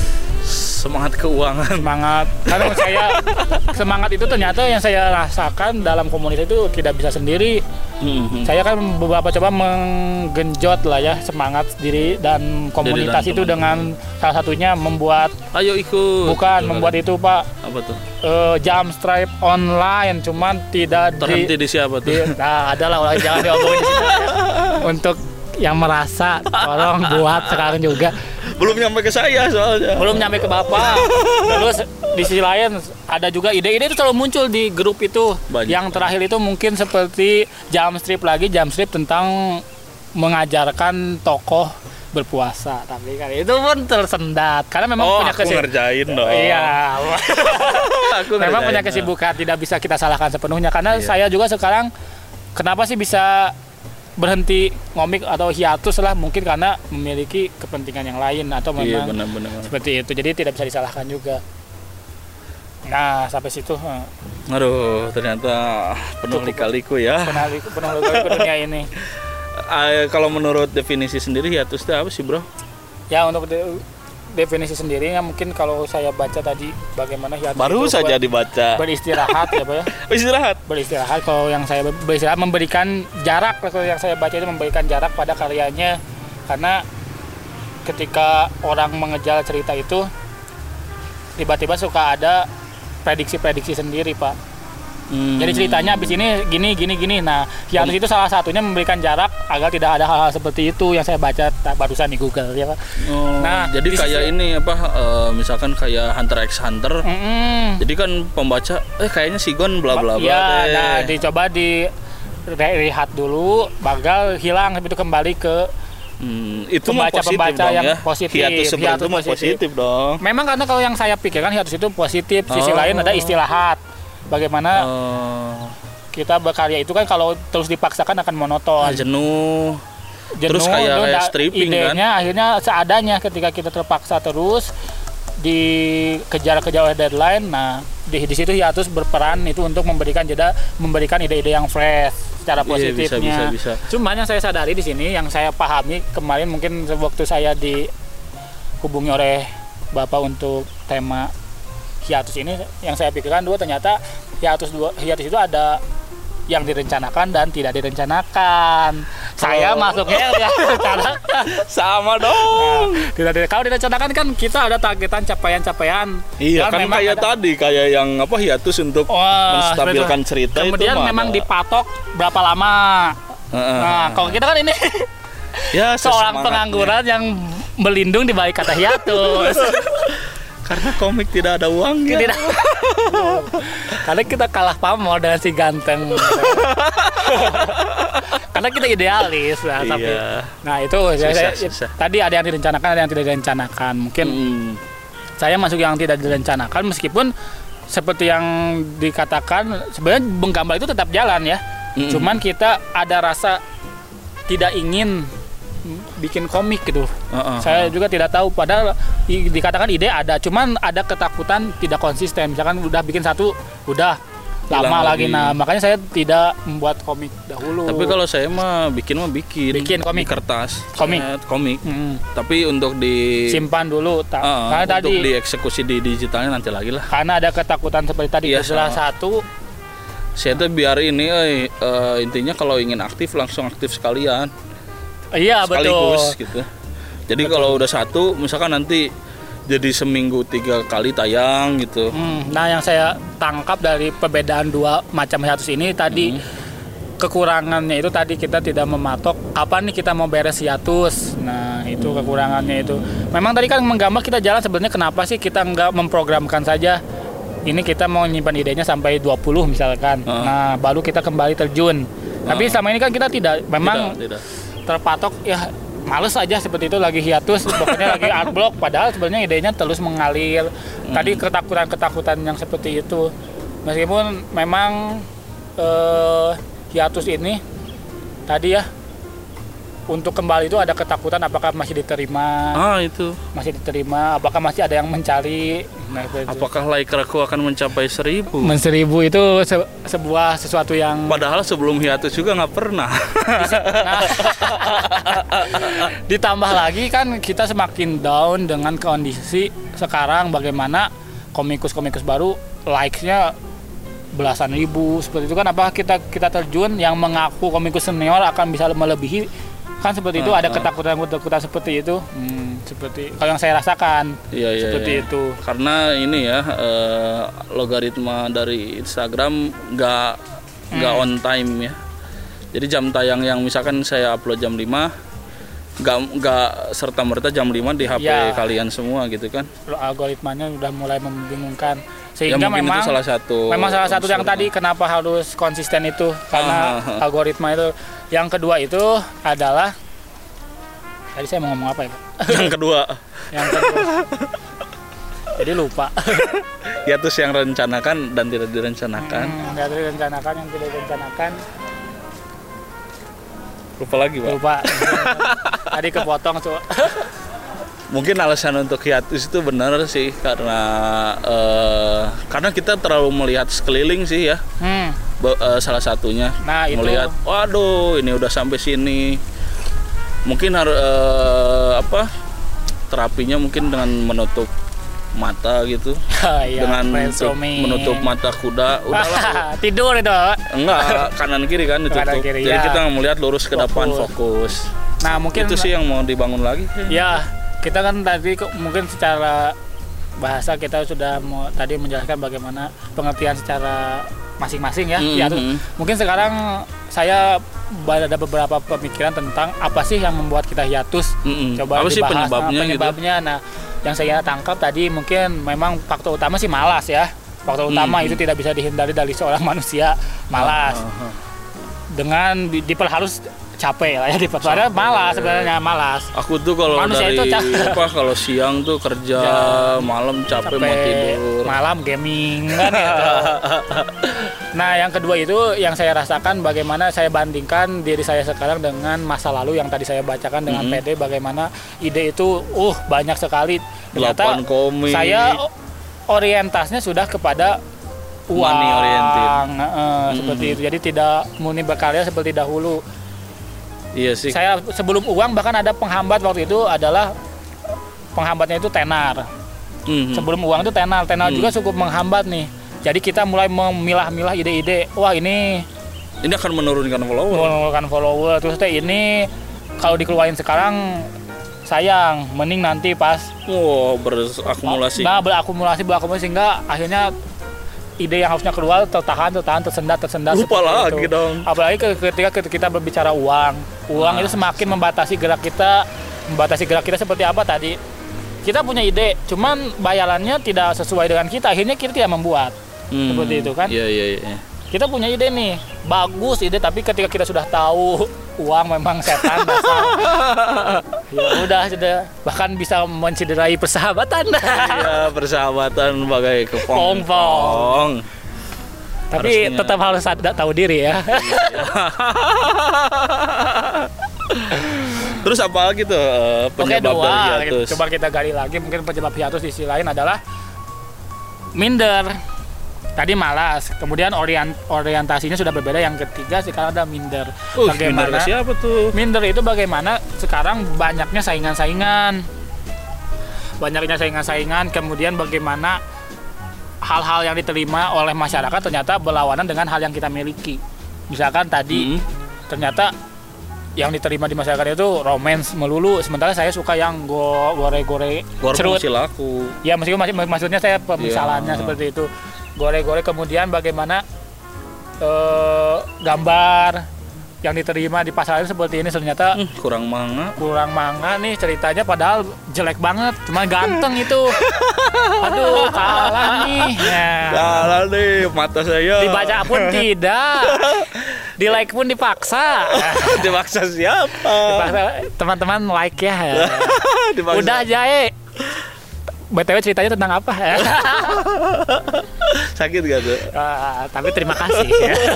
A: Semangat keuangan.
B: Semangat. Karena saya semangat itu ternyata yang saya rasakan dalam komunitas itu tidak bisa sendiri. Mm-hmm. Saya kan beberapa coba menggenjot lah ya semangat diri dan komunitas Diri dan itu teman. Dengan salah satunya membuat.
A: Ayo ikut.
B: Bukan
A: gitu,
B: membuat itu Pak.
A: Apa tuh?
B: Uh, jump stripe online, cuman tidak
A: terhenti di, di siapa tuh? Di,
B: nah adalah orang jangan diomongin di sini ya. Untuk yang merasa tolong buat sekarang juga.
A: Belum nyampe ke saya soalnya.
B: Belum nyampe ke Bapak. Terus di sisi lain ada juga ide-ide itu selalu muncul di grup itu. Banyak. Yang terakhir itu mungkin seperti jump strip lagi, jump strip tentang mengajarkan tokoh berpuasa. Tapi kan itu pun tersendat karena memang
A: oh,
B: punya
A: kesibukan. Oh, aku ngerjain dong.
B: Iya.
A: Aku
B: memang punya kesibukan, tidak bisa kita salahkan sepenuhnya karena iya. Saya juga sekarang kenapa sih bisa berhenti ngomik atau hiatus lah mungkin karena memiliki kepentingan yang lain atau memang iya, benar, benar. Seperti itu jadi tidak bisa disalahkan juga. Nah sampai situ.
A: Aduh ternyata penuh lika-liku ya.
B: Penuh penuh lika-liku dunia ini.
A: Uh, kalau menurut definisi sendiri hiatus itu apa sih bro?
B: Ya untuk de- definisi sendirinya mungkin kalau saya baca tadi bagaimana hiatus
A: baru
B: itu
A: saja
B: ber-
A: dibaca
B: beristirahat ya Pak ya.
A: Beristirahat.
B: Beristirahat kalau yang saya beristirahat memberikan jarak kalau yang saya baca itu memberikan jarak pada karyanya karena ketika orang mengejar cerita itu tiba-tiba suka ada prediksi-prediksi sendiri Pak. Hmm. Jadi ceritanya abis ini gini gini gini. Nah, hiatus itu salah satunya memberikan jarak agar tidak ada hal-hal seperti itu yang saya baca barusan di Google ya Pak.
A: Oh, nah, jadi kayak sisi... ini apa uh, misalkan kayak Hunter x Hunter. Mm-hmm. Jadi kan pembaca eh kayaknya Sigon bla bla bla.
B: Iya, nah dicoba di rehat dulu, bagal hilang itu kembali ke
A: Hmm, itu pembaca-pembaca yang ya? Positif. Hiatus seperti hiatus itu positif. positif dong.
B: Memang karena kalau yang saya pikirkan hiatus itu positif, sisi oh. lain ada istirahat. Bagaimana oh. kita berkarya itu kan kalau terus dipaksakan akan monoton.
A: Ah, jenuh.
B: Jenuh.
A: Terus kayak, kayak stripping
B: idenya,
A: kan.
B: Idenya akhirnya seadanya ketika kita terpaksa terus dikejar-kejar oleh deadline. Nah, di, di situ hiatus berperan itu untuk memberikan jeda, memberikan ide-ide yang fresh secara positifnya.
A: Iya, bisa, bisa, bisa.
B: Cuman yang saya sadari di sini, yang saya pahami kemarin mungkin waktu saya dihubungi oleh Bapak untuk tema hiatus ini, yang saya pikirkan dua ternyata hiatus dua hiatus itu ada yang direncanakan dan tidak direncanakan. Oh. Saya masuknya yang direncanakan.
A: Sama dong.
B: Nah, tidak kalau direncanakan kan kita ada targetan capaian-capaian.
A: Iya kan kayak ada, tadi kayak yang apa hiatus untuk oh, menstabilkan cerita
B: kemudian
A: itu.
B: Kemudian memang dipatok berapa lama Nah, kalau kita kan ini
A: Ya,
B: seorang
A: sesemangatnya.
B: pengangguran yang melindung di balik kata hiatus.
A: Karena komik tidak ada uangnya.
B: Tidak. Karena kita kalah pamor dengan si ganteng. Karena kita idealis lah,
A: Iya.
B: tapi nah itu
A: Susah,
B: saya,
A: susah.
B: tadi ada yang direncanakan, ada yang tidak direncanakan. Mungkin
A: Hmm.
B: saya masuk yang tidak direncanakan, meskipun seperti yang dikatakan sebenarnya menggambar itu tetap jalan ya.
A: Mm-mm.
B: Cuman kita ada rasa tidak ingin bikin komik gitu.
A: Uh-uh.
B: Saya juga tidak tahu, padahal i- dikatakan ide ada, cuman ada ketakutan tidak konsisten. Misalkan udah bikin satu, udah
A: Hilang
B: lama lagi.
A: lagi.
B: Nah, makanya saya tidak membuat komik dahulu.
A: Tapi kalau saya mah bikin mah bikin.
B: Bikin komik.
A: Di kertas.
B: Komik.
A: Eh, komik.
B: Hmm,
A: Tapi untuk di
B: simpan dulu. Ta-
A: Uh,
B: karena
A: untuk
B: tadi
A: dieksekusi di digitalnya nanti lagi lah.
B: karena ada ketakutan seperti tadi.
A: Iya,
B: Salah
A: sama.
B: satu
A: Saya tuh biar ini eh, eh, intinya kalau ingin aktif langsung aktif sekalian.
B: iya
A: Sekaligus
B: betul.
A: gitu. Jadi
B: Betul.
A: kalau udah satu misalkan nanti jadi seminggu tiga kali tayang gitu.
B: Hmm, nah, yang saya tangkap dari perbedaan dua macam hiatus ini tadi,
A: Hmm.
B: kekurangannya itu tadi kita tidak mematok kapan nih kita mau beres hiatus. Nah, itu kekurangannya itu. Memang tadi kan menggambar kita jalan, sebenarnya kenapa sih kita nggak memprogramkan saja? Ini kita mau nyimpan idenya sampai dua puluh misalkan.
A: Uh.
B: Nah, baru kita kembali terjun. Tapi
A: Uh.
B: selama ini kan kita tidak, memang
A: Tidak, tidak.
B: terpatok ya, males aja seperti itu, lagi hiatus pokoknya lagi art block, padahal sebenarnya idenya terus mengalir. Tadi ketakutan-ketakutan yang seperti itu, meskipun memang eh, hiatus ini tadi ya, untuk kembali itu ada ketakutan apakah masih diterima,
A: Ah itu.
B: masih diterima, apakah masih ada yang mencari. Nah, seperti itu.
A: Apakah like aku akan mencapai seribu?
B: Men seribu itu se- sebuah sesuatu yang
A: Padahal sebelum hiatus juga nggak pernah.
B: Nah, ditambah lagi kan kita semakin down dengan kondisi sekarang, bagaimana komikus-komikus baru likes-nya belasan ribu seperti itu kan. Apakah kita kita terjun yang mengaku komikus senior akan bisa melebihi, kan seperti itu.
A: Uh,
B: Ada
A: uh.
B: ketakutan-ketakutan seperti itu. Hmm, seperti kalau yang saya rasakan
A: Iya, iya,
B: seperti
A: iya.
B: itu.
A: Karena ini ya eh, logaritma dari Instagram nggak nggak
B: Hmm.
A: on time ya. Jadi jam tayang yang misalkan saya upload jam lima nggak nggak serta merta jam lima di H P
B: Ya.
A: kalian semua gitu kan.
B: Algoritmanya udah mulai membingungkan,
A: Ya
B: sehingga
A: mungkin
B: memang
A: itu salah satu.
B: memang salah satu yang
A: unsur.
B: tadi kenapa harus konsisten itu, karena
A: Ah, ah, ah.
B: algoritma itu. Yang kedua itu adalah, tadi saya mau ngomong apa ya Pak?
A: Yang kedua,
B: Yang kedua jadi lupa.
A: hiatus yang rencanakan dan tidak direncanakan.
B: Hmm, yang direncanakan, yang tidak direncanakan,
A: Lupa lagi, Pak.
B: lupa. Tadi kepotong tuh.
A: Mungkin alasan untuk hiatus itu benar sih karena eh, karena kita terlalu melihat sekeliling sih ya.
B: Hmm,
A: Be- eh, salah satunya
B: Nah, itu.
A: melihat waduh ini udah sampai sini, mungkin harus eh, apa terapinya mungkin dengan menutup mata gitu,
B: ya,
A: dengan tutup-
B: brainstorming.
A: menutup mata kuda udahlah.
B: Tidur itu.
A: Enggak, kanan kiri kan ditutup,
B: Kanan kiri,
A: jadi
B: ya.
A: kita melihat lurus ke depan,
B: Fokus.
A: fokus.
B: Nah, mungkin
A: Itu sih yang mau dibangun lagi.
B: ya, kita kan tadi kok mungkin secara bahasa kita sudah mau tadi menjelaskan bagaimana pengertian secara masing-masing ya.
A: Mm,
B: Ya, tuh.
A: mm.
B: Mungkin sekarang saya ada beberapa pemikiran tentang apa sih yang membuat kita hiatus.
A: Mm-mm.
B: Coba
A: Apa sih
B: dibahas,
A: penyebabnya
B: nah,
A: gitu?
B: penyebabnya. Nah, yang saya tangkap tadi mungkin memang faktor utama sih malas ya. Faktor utama
A: Mm,
B: itu tidak bisa dihindari dari seorang manusia, malas.
A: Ah, ah, ah.
B: Dengan di- diperharus capek lah ya, diperharus malas sebenarnya, malas.
A: Aku tuh kalau
B: Manusia
A: dari
B: itu capek.
A: apa kalau siang tuh kerja,
B: Ya,
A: malam capek, mau tidur.
B: malam gaming kan gitu. Nah, yang kedua itu yang saya rasakan, bagaimana saya bandingkan diri saya sekarang dengan masa lalu yang tadi saya bacakan dengan
A: Mhm.
B: P D, bagaimana ide itu uh banyak sekali. Ternyata
A: Delapan komik.
B: saya o- orientasnya sudah kepada uang,
A: Money oriented.
B: eh, seperti
A: Mhm.
B: itu. Jadi tidak murni berkarya seperti dahulu.
A: Iya sih.
B: Saya sebelum uang bahkan ada penghambat waktu itu, adalah penghambatnya itu tenar.
A: Mhm.
B: Sebelum uang itu tenar, tenar
A: Hmm.
B: juga cukup menghambat nih. Jadi kita mulai memilah-milah ide-ide. Wah, ini
A: Ini akan menurunkan follower.
B: menurunkan follower. Terus teh ini kalau dikeluarin sekarang sayang, mending nanti pas
A: Wow, berakumulasi.
B: Nah, berakumulasi berakumulasi sehingga akhirnya ide yang harusnya keluar tertahan, tertahan, tersendat, tersendat.
A: Lupa lagi
B: itu.
A: dong.
B: Apalagi ketika kita berbicara uang, uang nah. itu semakin membatasi gerak kita, membatasi gerak kita seperti apa tadi. Kita punya ide, cuman bayarannya tidak sesuai dengan kita, akhirnya kita tidak membuat. Hmm. Seperti itu kan?
A: Iya iya iya.
B: Kita punya ide nih, bagus ide, tapi ketika kita sudah tahu uang memang setan dasar, ya udah sudah, bahkan bisa mencederai persahabatan.
A: Iya, persahabatan bagai kepompong.
B: Tapi harusnya tetap harus ada tahu diri ya.
A: Terus apa lagi tuh uh, penyebab
B: Oke, dua,
A: dari hiatus?
B: Coba kita gali lagi, mungkin penyebab hiatus di sisi lain adalah minder. Tadi malas, kemudian orient, orientasinya sudah berbeda. Yang ketiga sekarang ada minder.
A: Uh,
B: bagaimana?
A: Minder siapa tuh?
B: Minder itu bagaimana sekarang banyaknya saingan-saingan, banyaknya saingan-saingan. Kemudian bagaimana hal-hal yang diterima oleh masyarakat ternyata berlawanan dengan hal yang kita miliki. Misalkan tadi hmm. ternyata yang diterima di masyarakat itu romance melulu, sementara saya suka yang go gore-gore cerut.
A: Laku.
B: Ya meskipun mak maksudnya saya pemisalannya yeah. seperti itu. Gore-gore, kemudian bagaimana uh, gambar yang diterima di pasaran seperti ini ternyata
A: hmm, kurang manga.
B: Kurang manga nih ceritanya, padahal jelek banget, cuma ganteng itu. Aduh, kalah nih. Nah,
A: kalah nih mata saya.
B: Dibaca pun tidak. Di like pun dipaksa.
A: Dipaksa siapa?
B: Dipaksa teman-teman like ya. Udah Jae. B T W ceritanya tentang apa?
A: Sakit gak tuh?
B: Uh, tapi terima kasih.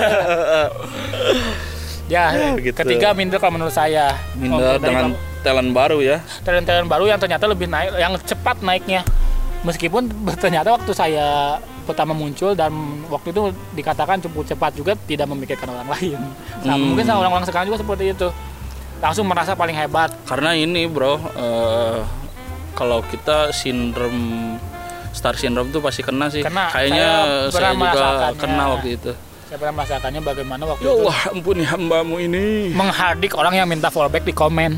B: Ya, gitu. Ketiga minder kalau menurut saya.
A: Minder dengan talent baru ya.
B: Talent-talent baru yang ternyata lebih naik, yang cepat naiknya. Meskipun ternyata waktu saya pertama muncul dan waktu itu dikatakan cukup cepat juga, tidak memikirkan orang lain. Nah, hmm. mungkin sama orang-orang sekarang juga seperti itu. Langsung merasa paling hebat.
A: Karena ini bro, uh, kalau kita sindrom star syndrome tuh pasti kena sih.
B: Kena.
A: Kayaknya saya, saya juga kena waktu itu.
B: Saya pernah merasakannya bagaimana waktu
A: ya
B: itu.
A: Allah, ampuni hambamu ini.
B: Menghardik orang yang minta fallback di komen.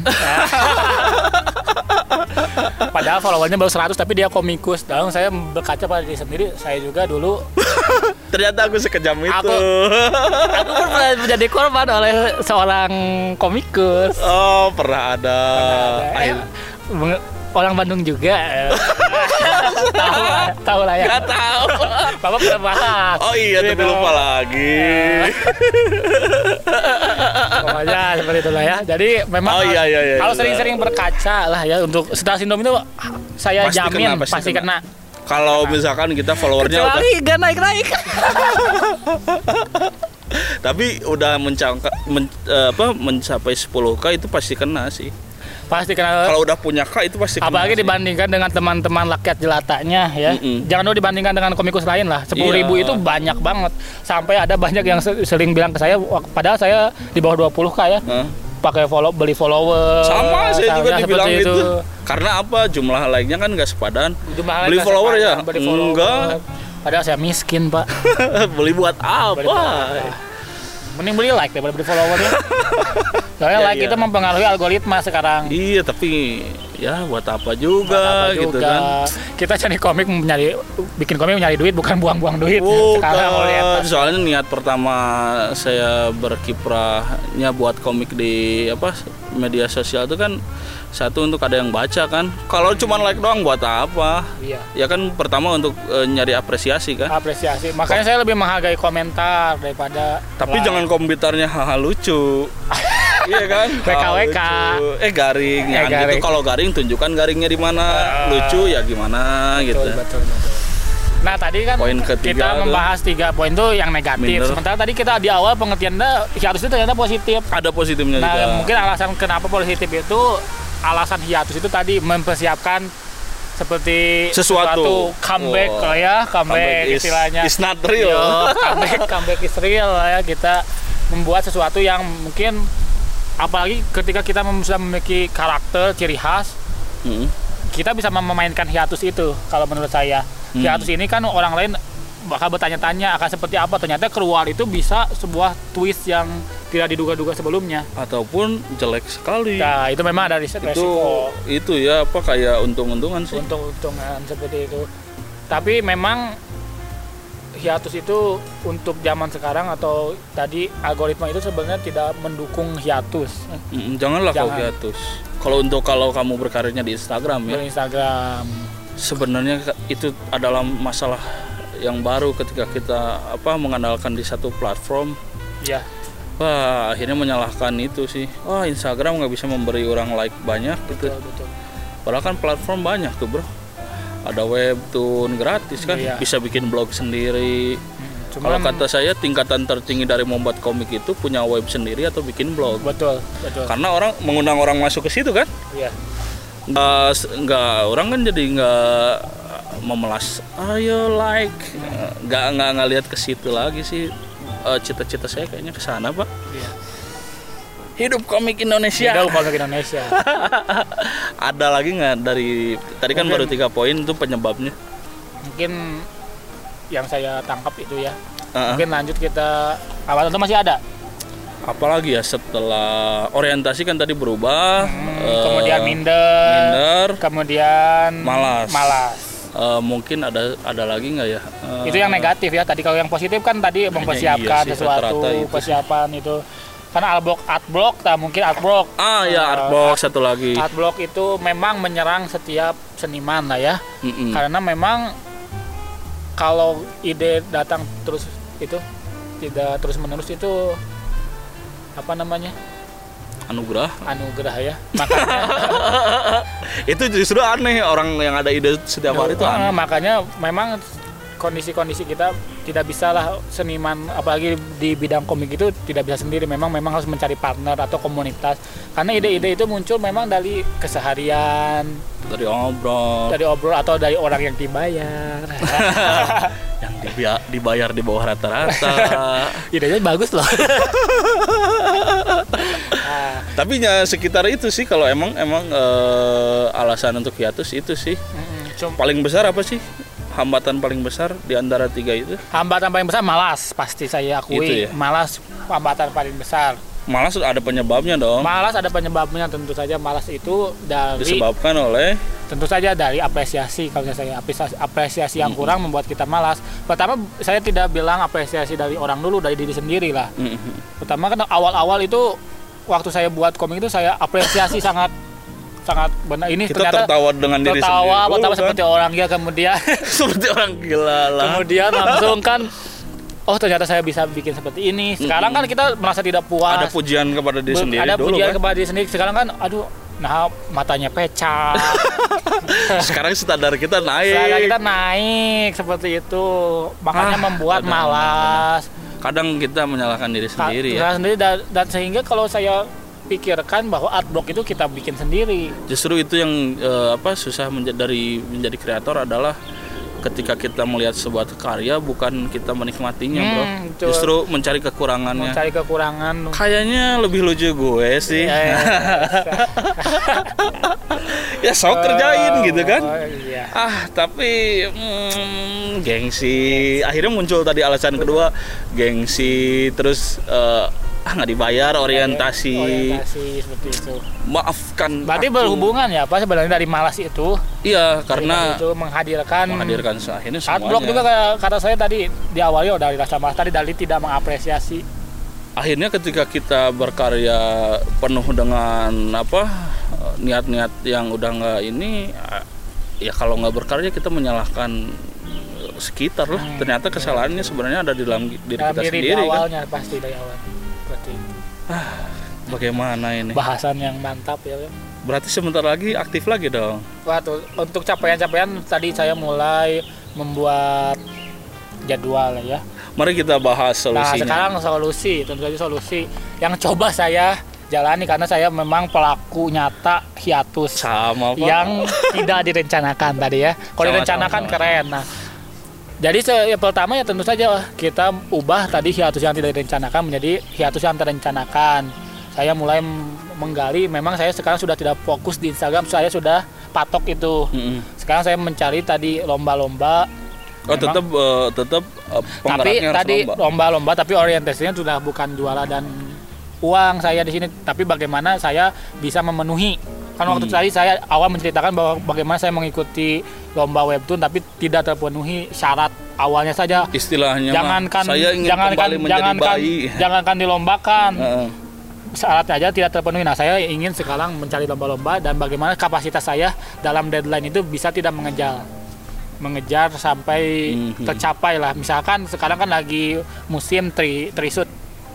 B: Padahal followernya baru seratus tapi dia komikus. Lalu saya berkaca pada diri sendiri, saya juga dulu.
A: Ternyata aku sekejam itu.
B: Aku, aku pun pernah menjadi korban oleh seorang komikus.
A: Oh, pernah ada.
B: Pernah ada. Eh, orang Bandung juga. Tahu lah, tahu lah ya.
A: Gak tahu.
B: Bapak pernah bahas.
A: Oh iya, tapi lupa lagi.
B: Pokoknya seperti itulah ya. Jadi memang
A: oh, iya, iya, iya,
B: kalau
A: iya.
B: sering-sering berkaca lah ya untuk star syndrome itu saya
A: pasti
B: jamin
A: kena, pasti,
B: pasti kena. kena.
A: Kalau misalkan kita followernya udah
B: gak naik-naik.
A: Tapi udah mencapai men, apa mencapai sepuluh K itu pasti kena sih.
B: Pasti kena.
A: Kalau udah punya K itu pasti kena.
B: Apalagi
A: sih.
B: Dibandingkan dengan teman-teman rakyat jelatanya ya. Mm-mm. Jangan dulu dibandingkan dengan komikus lain lah. sepuluh ribu iya. Itu banyak banget. Sampai ada banyak yang sering bilang ke saya, padahal saya di bawah dua puluh K ya. Huh? Pakai follow, beli follower.
A: Sama saya juga dibilang itu. itu. Karena apa? Jumlah like-nya kan nggak sepadan.
B: Jumlah
A: beli follower ya?
B: Beli follower. Enggak. Padahal saya miskin, Pak.
A: Beli buat apa?
B: Beli buat apa? Mending beli like daripada beli followernya. Soalnya ya, like iya. itu mempengaruhi algoritma sekarang.
A: Iya, tapi ya buat apa juga, buat apa gitu juga. Kan.
B: Kita cari komik mencari bikin komik mencari duit, bukan buang-buang duit.
A: Bukan. Sekarang soalnya niat pertama saya berkiprahnya buat komik di apa media sosial itu kan satu untuk ada yang baca kan. Kalau cuma like doang buat apa?
B: Iya.
A: Ya kan pertama untuk e, nyari apresiasi kan.
B: Apresiasi. Makanya oh. saya lebih menghargai komentar daripada
A: tapi like. Jangan komentarnya haha lucu. Iya kan?
B: W K W K.
A: Eh garing.
B: Eh,
A: yang
B: garing.
A: gitu kalau garing tunjukkan garingnya di mana. Uh, lucu ya gimana
B: betul,
A: gitu.
B: Betul, betul. Nah tadi kan poin kita tuh, membahas tiga poin itu yang negatif. Minder. Sementara tadi kita di awal pengertiannya hiatus itu ternyata positif.
A: Ada positifnya
B: nah,
A: juga.
B: Mungkin alasan kenapa positif itu, alasan hiatus itu tadi mempersiapkan seperti
A: sesuatu,
B: sesuatu comeback oh. lah ya, comeback, comeback is, istilahnya.
A: Is not real.
B: Yo, comeback, comeback is real lah ya, kita membuat sesuatu yang mungkin apalagi ketika kita sudah memiliki karakter ciri khas, hmm. kita bisa memainkan hiatus itu kalau menurut saya. Hmm. Hiatus ini kan orang lain bakal bertanya-tanya akan seperti apa, ternyata keluar itu bisa sebuah twist yang tidak diduga-duga sebelumnya
A: ataupun jelek sekali.
B: Nah, itu memang ada riset resiko.
A: Itu ya apa kayak untung-untungan sih.
B: Untung-untungan seperti itu. Tapi memang hiatus itu untuk zaman sekarang atau tadi algoritma itu sebenarnya tidak mendukung hiatus.
A: Mm, janganlah
B: Jangan.
A: kau hiatus. Kalau untuk kalau kamu berkarirnya di Instagram ya.
B: Di Instagram.
A: Sebenarnya itu adalah masalah yang baru ketika kita apa mengandalkan di satu platform.
B: Ya.
A: Wah, akhirnya menyalahkan itu sih. Wah, Instagram nggak bisa memberi orang like banyak gitu.
B: Betul, betul.
A: Padahal kan platform banyak tuh, bro. Ada webtoon gratis kan,
B: Iya.
A: bisa bikin blog sendiri.
B: Hmm,
A: Kalau
B: cuman-
A: kata saya tingkatan tertinggi dari membuat komik itu punya web sendiri atau bikin blog.
B: Betul, betul.
A: Karena orang mengundang orang masuk ke situ kan,
B: Iya.
A: nggak nggak orang kan jadi nggak memelas. Ayo like, nggak nggak nggak lihat ke situ lagi sih. Eh, cita-cita saya kayaknya ke sana, Pak.
B: Iya.
A: Hidup komik Indonesia.
B: Hidup komik Indonesia.
A: Ada lagi nggak dari tadi kan
B: Mungkin-
A: baru tiga poin itu penyebabnya.
B: Mungkin yang saya tangkap itu ya.
A: Uh-uh.
B: Mungkin lanjut kita awal itu masih ada.
A: Apalagi ya setelah orientasi kan tadi berubah,
B: Hmm,
A: eh,
B: kemudian minder,
A: minder,
B: kemudian
A: Malas.
B: malas.
A: eh, mungkin ada ada lagi nggak ya? Eh,
B: Itu yang negatif ya. Tadi kalau yang positif kan tadi mempersiapkan
A: iya sih,
B: sesuatu,
A: rata-rata itu.
B: persiapan itu. Karena artblock, artblock, tak mungkin artblock.
A: Ah ya,
B: Eh,
A: artbox satu lagi.
B: Artblock itu memang menyerang setiap seniman lah ya.
A: Mm-mm.
B: Karena memang kalau ide datang terus itu tidak terus menerus itu apa namanya
A: Anugerah.
B: anugerah ya. Makanya
A: Itu justru aneh orang yang ada ide setiap hari itu
B: eh,
A: aneh.
B: makanya memang kondisi-kondisi kita tidak bisa lah seniman apalagi di bidang komik itu tidak bisa sendiri, memang memang harus mencari partner atau komunitas karena ide-ide itu muncul memang dari keseharian,
A: Dari obrol
B: dari obrol atau dari orang yang dibayar.
A: yang dibia- dibayar di bawah rata-rata.
B: Idenya bagus loh. Nah,
A: Tapi ya sekitar itu sih kalau emang emang eh, alasan untuk hiatus itu sih.
B: mm, cum-
A: Paling besar apa sih? Hambatan paling besar di antara tiga itu?
B: hambatan paling besar malas, pasti saya akui.
A: Gitu ya?
B: Malas hambatan paling besar.
A: Malas ada penyebabnya dong.
B: Malas ada penyebabnya, tentu saja malas itu dari
A: Disebabkan oleh
B: tentu saja dari apresiasi. Kalau saya apresiasi, apresiasi yang kurang membuat kita malas. Pertama saya tidak bilang apresiasi dari orang dulu, dari diri sendiri lah.
A: mm,
B: Pertama kan awal-awal itu waktu saya buat komik itu saya apresiasi sangat sangat benar ini
A: kita
B: ternyata
A: tertawa dengan diri
B: tertawa,
A: sendiri.
B: pertama
A: dulu, kan?
B: seperti orang ya, kemudian
A: Seperti orang gila lah.
B: kemudian langsung kan oh ternyata saya bisa bikin seperti ini. Sekarang kan kita merasa tidak puas.
A: Ada pujian kepada diri
B: Be-
A: sendiri
B: ada
A: dulu
B: pujian
A: kan.
B: kepada diri sendiri. Sekarang kan aduh nah matanya pecah.
A: Sekarang standar kita naik.
B: Sekarang kita naik seperti itu. Makanya
A: Ah,
B: membuat
A: kadang-
B: malas.
A: Kadang kita menyalahkan diri sendiri ya.
B: Ka- sendiri dan, dan sehingga kalau saya pikirkan bahwa artblock itu kita bikin sendiri.
A: Justru itu yang eh, apa susah menja- dari menjadi kreator adalah ketika kita melihat sebuah karya bukan kita menikmatinya,
B: Hmm,
A: bro.
B: betul.
A: Justru mencari kekurangannya.
B: Mencari kekurangan.
A: Kayaknya lebih lucu gue sih.
B: Ya, ya,
A: Ya sok kerjain gitu kan.
B: Oh, iya.
A: Ah tapi hmm, gengsi. Akhirnya muncul tadi alasan kedua, gengsi. Terus eh, ah nggak dibayar, orientasi.
B: Orientasi seperti itu.
A: Maafkan.
B: Berarti
A: aku.
B: berhubungan ya apa sebenarnya dari malas itu?
A: Iya
B: Dari
A: karena
B: malas itu menghadirkan
A: menghadirkan akhirnya semuanya.
B: artblock juga kayak kata saya tadi diawali oh, dari rasa malas tadi, dari tidak mengapresiasi.
A: Akhirnya ketika kita berkarya penuh dengan apa niat-niat yang udah nggak ini, ya kalau nggak berkarya kita menyalahkan sekitar loh.
B: Hmm,
A: Ternyata kesalahannya sebenarnya ada di dalam diri
B: Dalam
A: kita
B: diri
A: sendiri
B: di
A: kan.
B: awalnya pasti dari awal. Berarti
A: Bagaimana ini?
B: bahasan yang mantap ya.
A: Berarti sebentar lagi aktif lagi dong.
B: Waktu untuk capaian-capaian tadi saya mulai membuat jadwal ya.
A: Mari kita bahas
B: Nah
A: solusinya.
B: sekarang solusi, tentu saja solusi yang coba saya jalani karena saya memang pelaku nyata hiatus
A: Sama Pak.
B: yang tidak direncanakan tadi ya. Kalau
A: Sama,
B: direncanakan
A: sama, sama.
B: keren. Nah, jadi se- yang pertama ya tentu saja kita ubah tadi hiatus yang tidak direncanakan menjadi hiatus yang terencanakan. Saya mulai m- menggali, memang saya sekarang sudah tidak fokus di Instagram, saya sudah patok itu.
A: Mm-mm.
B: Sekarang saya mencari tadi lomba-lomba.
A: Oh
B: Memang-
A: tetap eh, tetap eh,
B: tapi
A: penggeraknya harus
B: tadi
A: lomba.
B: lomba-lomba tapi orientasinya sudah bukan juara dan uang saya di sini, tapi bagaimana saya bisa memenuhi Kan waktu
A: Hmm.
B: tadi saya awal menceritakan bahwa bagaimana saya mengikuti lomba webtoon tapi tidak terpenuhi syarat awalnya saja.
A: Istilahnya mah,
B: Jangankan
A: saya ingin
B: jangankan
A: kembali menjadi
B: jangankan
A: bayi.
B: jangankan dilombakan.
A: Heeh.
B: Syaratnya aja tidak terpenuhi. Nah, saya ingin sekarang mencari lomba-lomba dan bagaimana kapasitas saya dalam deadline itu bisa tidak mengejar. Mengejar sampai
A: Mhm.
B: tercapai lah. Misalkan sekarang kan lagi musim tri trisut.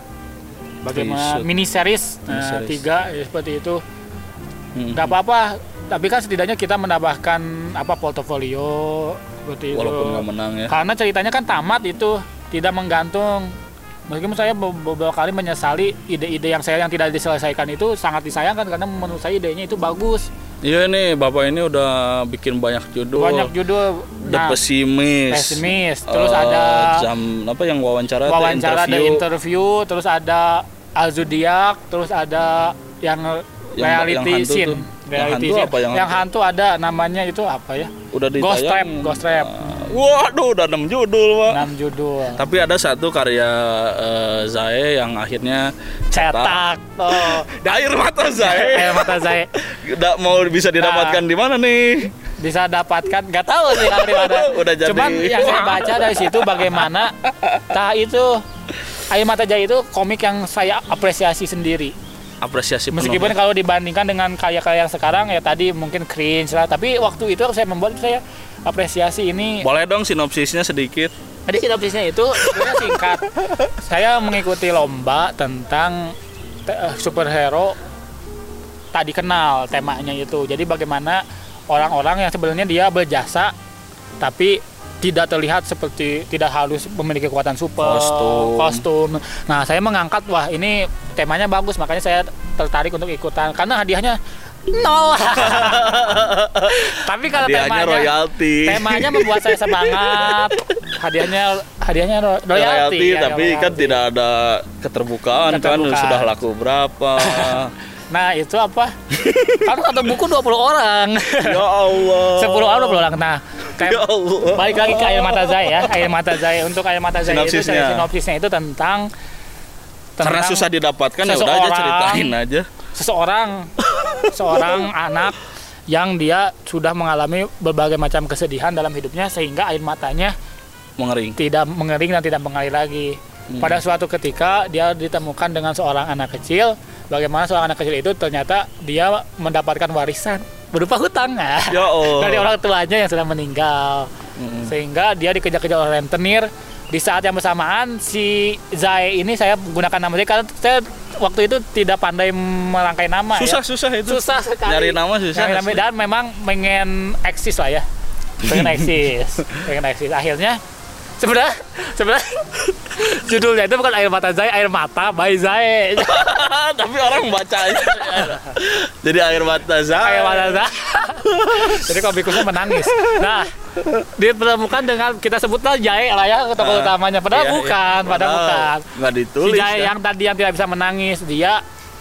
B: Bagaimana
A: Trisut.
B: mini series,
A: Mini
B: nah,
A: series.
B: tiga ya, seperti itu.
A: Hmm.
B: Nggak apa-apa, tapi kan setidaknya kita menambahkan apa portofolio seperti
A: Walaupun
B: itu.
A: nggak menang ya.
B: Karena ceritanya kan tamat itu tidak menggantung. Meskipun saya be- beberapa kali menyesali ide-ide yang saya yang tidak diselesaikan itu sangat disayangkan karena menurut saya idenya itu bagus.
A: Iya nih, Bapak ini udah bikin banyak judul.
B: Banyak judul.
A: The
B: Nah,
A: Pessimist.
B: Pesimis. Terus
A: Eh,
B: ada
A: jam apa yang wawancara, the
B: wawancara The
A: interview.
B: Interview, terus ada Al-Zodiac, terus ada yang
A: Yang-
B: reality
A: yang hantu
B: scene.
A: tuh. Yang
B: Reality
A: hantu
B: scene.
A: apa yang
B: yang
A: hantu?
B: hantu ada namanya itu apa ya?
A: Udah ditayang.
B: Ghost Trap, Ghost Trap.
A: Uh, waduh, udah enam judul, Pak.
B: enam judul.
A: Tapi ada satu karya eh, Zae yang akhirnya
B: Cetak. Oh,
A: Air Mata Zae.
B: air mata saya
A: Udah mau bisa didapatkan di mana nih?
B: bisa dapatkan nggak tahu sih kalau di mana.
A: Udah jadi.
B: Cuman yang saya baca dari situ bagaimana tah itu Air Mata Jaya itu komik yang saya apresiasi sendiri.
A: Apresiasi penuh.
B: Meskipun kalau dibandingkan dengan karya-karya yang sekarang ya tadi mungkin cringe lah, tapi waktu itu saya membuat saya apresiasi ini.
A: Boleh dong sinopsisnya sedikit.
B: Jadi sinopsisnya itu sebenarnya singkat. Saya mengikuti lomba tentang te- eh, superhero tak dikenal temanya itu. Jadi bagaimana orang-orang yang sebenarnya dia berjasa tapi tidak terlihat seperti tidak halus memiliki kekuatan super
A: Kostum.
B: kostum. Nah, saya mengangkat wah ini temanya bagus makanya saya tertarik untuk ikutan karena hadiahnya nol. Tapi kalau
A: Hadiahnya
B: temanya
A: royalti.
B: temanya membuat saya semangat. Hadiahnya hadiahnya ro- royalti,
A: royalti,
B: ya,
A: tapi
B: royalti.
A: kan tidak ada keterbukaan, kan
B: Keterbukaan.
A: sudah laku berapa.
B: Nah, itu apa? Kan satu buku dua puluh orang.
A: Ya Allah.
B: sepuluh orang dua puluh orang. Nah, kayak
A: Ya Allah.
B: balik lagi ke Air Mata Zaya ya. Air Mata Zaya untuk Air Mata Zaya itu
A: Sinopsisnya.
B: sinopsisnya itu tentang
A: Karena
B: tentang
A: susah didapatkan ya udah aja
B: seseorang-
A: ceritain aja.
B: seseorang seorang anak yang dia sudah mengalami berbagai macam kesedihan dalam hidupnya sehingga air matanya
A: Mengering.
B: tidak mengering dan tidak mengalir lagi.
A: Hmm.
B: Pada suatu ketika dia ditemukan dengan seorang anak kecil, bagaimana seorang anak kecil itu ternyata dia mendapatkan warisan berupa hutang nah,
A: Ya Allah.
B: dari orang tuanya yang sudah meninggal.
A: Mm.
B: Sehingga dia dikejar-kejar oleh rentenir. Di saat yang bersamaan si Zae ini saya menggunakan nama dia karena saya waktu itu tidak pandai merangkai nama
A: Susah
B: ya.
A: susah itu.
B: Susah sekali.
A: Nyari nama susah.
B: Nyari nama, dan memang pengen eksis lah ya. Pengen eksis. pengen eksis. Akhirnya sebenarnya sebenarnya judulnya itu bukan Air Mata Zae, Air Mata by Zae.
A: Tapi orang baca aja. Jadi air mata Zae.
B: Air Mata Zae. Jadi komikusnya menangis. Nah, dipertemukan dengan kita sebutlah Jae lah ya tokoh
A: Ah,
B: utamanya. Padahal
A: iya, iya.
B: bukan, padahal bukan.
A: Nggak
B: Si
A: ditulis.
B: Jae
A: kan?
B: yang tadi yang tidak bisa menangis, dia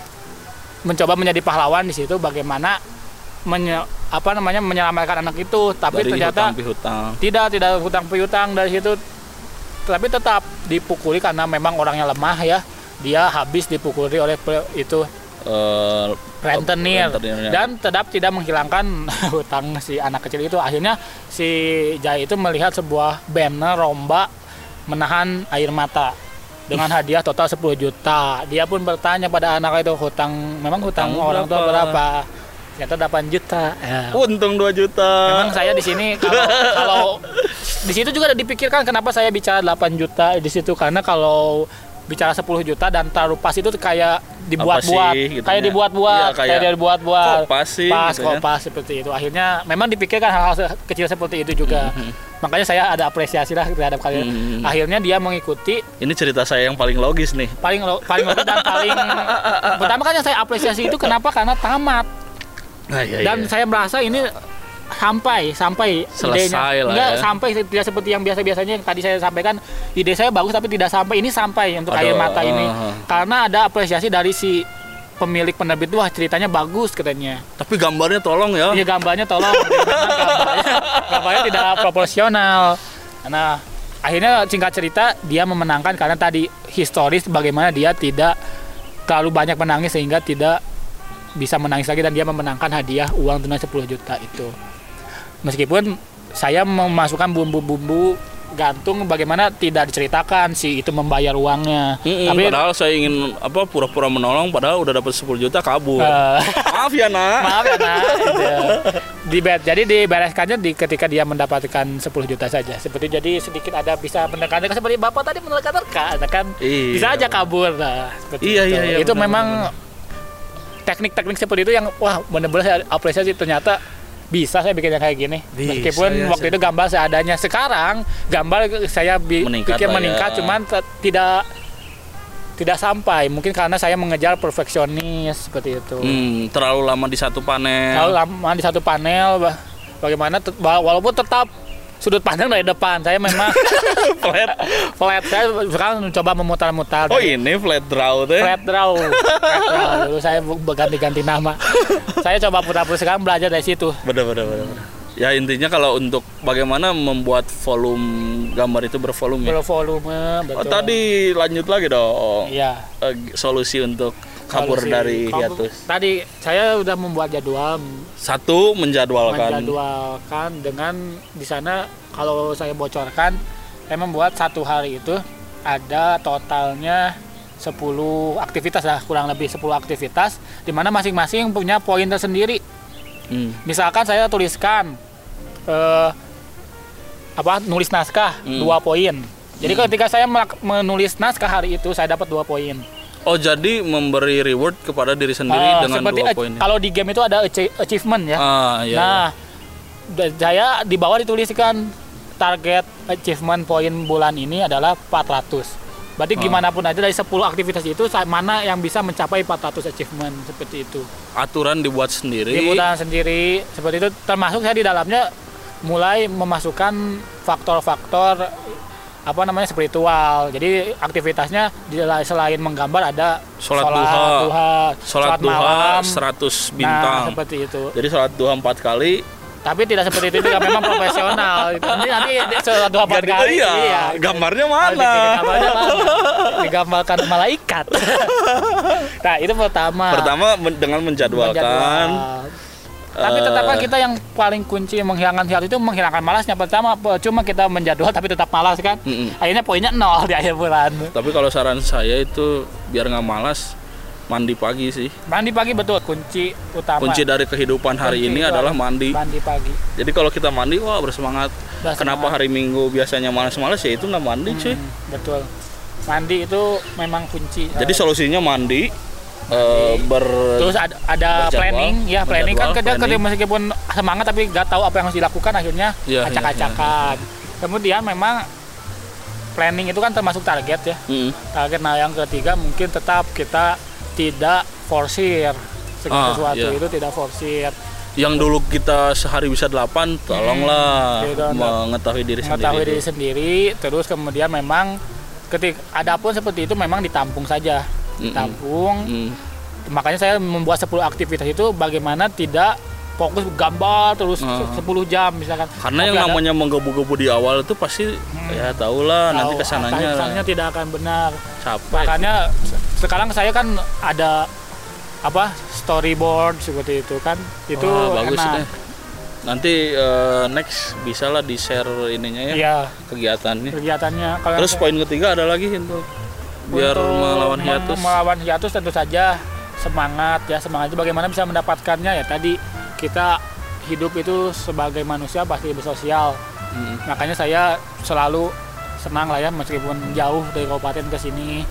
B: mencoba menjadi pahlawan di situ bagaimana menye, apa namanya menyelamatkan anak itu, tapi
A: Dari
B: ternyata
A: hutang pihutang.
B: tidak tidak hutang piutang dari situ, tapi tetap dipukuli karena memang orangnya lemah ya, dia habis dipukuli oleh pe- itu
A: Eh,
B: rentenir
A: rentenirnya.
B: dan tetap tidak menghilangkan hutang si anak kecil itu. Akhirnya si Jai itu melihat sebuah banner lomba menahan air mata dengan hadiah total sepuluh juta. Dia pun bertanya pada anak itu hutang memang hutang
A: Hutang
B: orang tua
A: berapa?
B: berapa? Ternyata delapan juta. Ya.
A: Untung dua juta.
B: Memang saya di sini kalau kalau di situ juga ada dipikirkan kenapa saya bicara delapan juta di situ karena kalau bicara sepuluh juta dan taruh pas itu kayak dibuat-buat,
A: sih, gitu
B: kayak
A: ya?
B: dibuat-buat,
A: Iya,
B: kayak,
A: kayak,
B: dia dibuat-buat.
A: kok pas sih,
B: Pas,
A: gitu
B: kok
A: ya?
B: pas seperti itu. Akhirnya memang dipikirkan hal-hal se- kecil seperti itu juga. Makanya saya ada apresiasi lah terhadap kalian.
A: Mhm.
B: Akhirnya dia mengikuti
A: Ini cerita saya yang paling logis nih.
B: paling lo- paling logis dan paling pertama kan yang saya apresiasi itu kenapa? Karena tamat.
A: Nah, iya,
B: Dan
A: iya.
B: saya merasa ini sampai sampai
A: Selesai
B: idenya
A: lah
B: enggak
A: ya.
B: sampai tidak seperti yang biasa-biasanya yang tadi saya sampaikan ide saya bagus tapi tidak sampai ini sampai untuk
A: Aduh,
B: air mata ini
A: uh.
B: karena ada apresiasi dari si pemilik penerbit wah ceritanya bagus katanya
A: Tapi gambarnya tolong ya.
B: ya gambarnya tolong gambarnya, gambarnya tidak proporsional nah akhirnya singkat cerita dia memenangkan karena tadi historis bagaimana dia tidak terlalu banyak menangis sehingga tidak bisa menangis lagi dan dia memenangkan hadiah uang tunai sepuluh juta itu. Meskipun saya memasukkan bumbu-bumbu gantung bagaimana tidak diceritakan si itu membayar uangnya.
A: Mm-mm,
B: tapi
A: padahal saya ingin apa pura-pura menolong padahal udah dapat sepuluh juta kabur. Uh, maaf ya nak.
B: Maaf ya nak. Gitu. Di bed, jadi dibereskannya di ketika dia mendapatkan sepuluh juta saja. Seperti jadi sedikit ada bisa menekan-nekan seperti Bapak tadi menekan-nekan kan iya. Bisa aja kabur nah.
A: Iya,
B: itu.
A: iya iya.
B: Itu
A: benar,
B: memang
A: benar.
B: teknik-teknik seperti itu yang wah benar-benar saya apresiasi ternyata bisa saya bikin yang kayak gini. Bisa, meskipun ya, waktu saya... itu gambar seadanya. Sekarang gambar saya bi-
A: meningkat
B: pikir meningkat,
A: ya.
B: cuman t- tidak tidak sampai. Mungkin karena saya mengejar perfeksionis seperti itu.
A: Hmm, terlalu lama di satu panel.
B: Terlalu lama di satu panel. Bagaimana? T- walaupun tetap sudut pandang dari depan, saya memang flat, flat. Saya sekarang mencoba memutar-mutar.
A: Oh ini flat draw tuh?
B: Flat draw. Flat draw. Dulu saya berganti-ganti nama. Saya coba putar-putar sekarang belajar dari situ.
A: Benar-benar. Ya intinya kalau untuk bagaimana membuat volume gambar itu bervolume.
B: Bervolume. Betul.
A: Oh tadi lanjut lagi dong.
B: Iya.
A: Uh, solusi untuk kabur Solusi. dari hiatus.
B: Tadi saya udah membuat jadwal.
A: Satu menjadwalkan.
B: Menjadwalkan dengan di sana kalau saya bocorkan, saya membuat satu hari itu ada totalnya sepuluh aktivitas lah, kurang lebih sepuluh aktivitas, di mana masing-masing punya poin tersendiri. Hmm. Misalkan saya tuliskan eh, apa nulis naskah hmm. dua poin. Jadi hmm. ketika saya menulis naskah hari itu saya dapat dua poin.
A: Oh jadi memberi reward kepada diri sendiri uh, dengan dua poin.
B: Kalau di game itu ada achievement ya.
A: Ah, iya,
B: nah, iya. saya di bawah dituliskan target achievement poin bulan ini adalah empat ratus. Berarti ah. gimana pun aja dari sepuluh aktivitas itu mana yang bisa mencapai empat ratus achievement seperti itu.
A: Aturan dibuat sendiri.
B: Dibuat sendiri seperti itu, termasuk saya di dalamnya mulai memasukkan faktor-faktor apa namanya spiritual. Jadi aktivitasnya selain menggambar ada
A: sholat duha,
B: duha
A: sholat duha seratus bintang.
B: Nah, seperti itu.
A: Jadi sholat duha empat kali.
B: Tapi tidak seperti itu, itu memang profesional. Nanti nanti sholat duha empat kali.
A: Iya, iya. Gambarnya mana?
B: Gambarnya mana? Digambarkan malaikat. Nah, itu pertama.
A: Pertama dengan menjadwalkan.
B: Menjadwal. Tapi tetap kita yang paling kunci menghilangkan hiatus itu menghilangkan malasnya. Pertama cuma kita menjadwal tapi tetap malas kan. Mm-mm. Akhirnya poinnya nol di akhir bulan.
A: Tapi kalau saran saya itu biar nggak malas mandi pagi sih.
B: Mandi pagi betul kunci utama.
A: Kunci dari kehidupan hari kunci ini adalah mandi.
B: Mandi pagi.
A: Jadi kalau kita mandi wah bersemangat. bersemangat. Kenapa hari Minggu biasanya malas-malas ya itu nggak mandi cuy. Hmm,
B: betul. Mandi itu memang kunci.
A: Jadi solusinya mandi. Uh, ber
B: terus ada, ada planning ya planning kan kerja kerja meskipun semangat tapi nggak tahu apa yang harus dilakukan akhirnya ya, acak-acakan ya, ya. Kemudian memang planning itu kan termasuk target ya hmm. target. Nah yang ketiga mungkin tetap kita tidak forsir segala ah, sesuatu ya. Itu tidak forsir. Yang
A: dulu kita sehari bisa delapan tolonglah hmm, mengetahui diri
B: mengetahui
A: sendiri
B: diri sendiri terus kemudian memang ketika adapun seperti itu memang ditampung saja ditampung. Mm-hmm. Makanya saya membuat sepuluh aktivitas itu bagaimana tidak fokus gambar terus uh. sepuluh jam misalkan.
A: Karena yang namanya menggebu-gebu di awal itu pasti hmm. ya tahulah tahu, nanti kesananya
B: kesananya tidak akan benar.
A: Capek.
B: Makanya sekarang saya kan ada apa storyboard seperti itu kan. Itu
A: oh, bagus deh. Nanti uh, next bisalah di-share ininya ya, ya kegiatannya.
B: Kegiatannya.
A: Kalau terus poin ketiga ada lagi untuk biar untuk melawan hiatus.
B: Melawan hiatus tentu saja semangat ya, semangat itu bagaimana bisa mendapatkannya ya tadi kita hidup itu sebagai manusia pasti bersosial. Hmm. Makanya saya selalu senang lah ya meskipun jauh dari kabupaten ke sini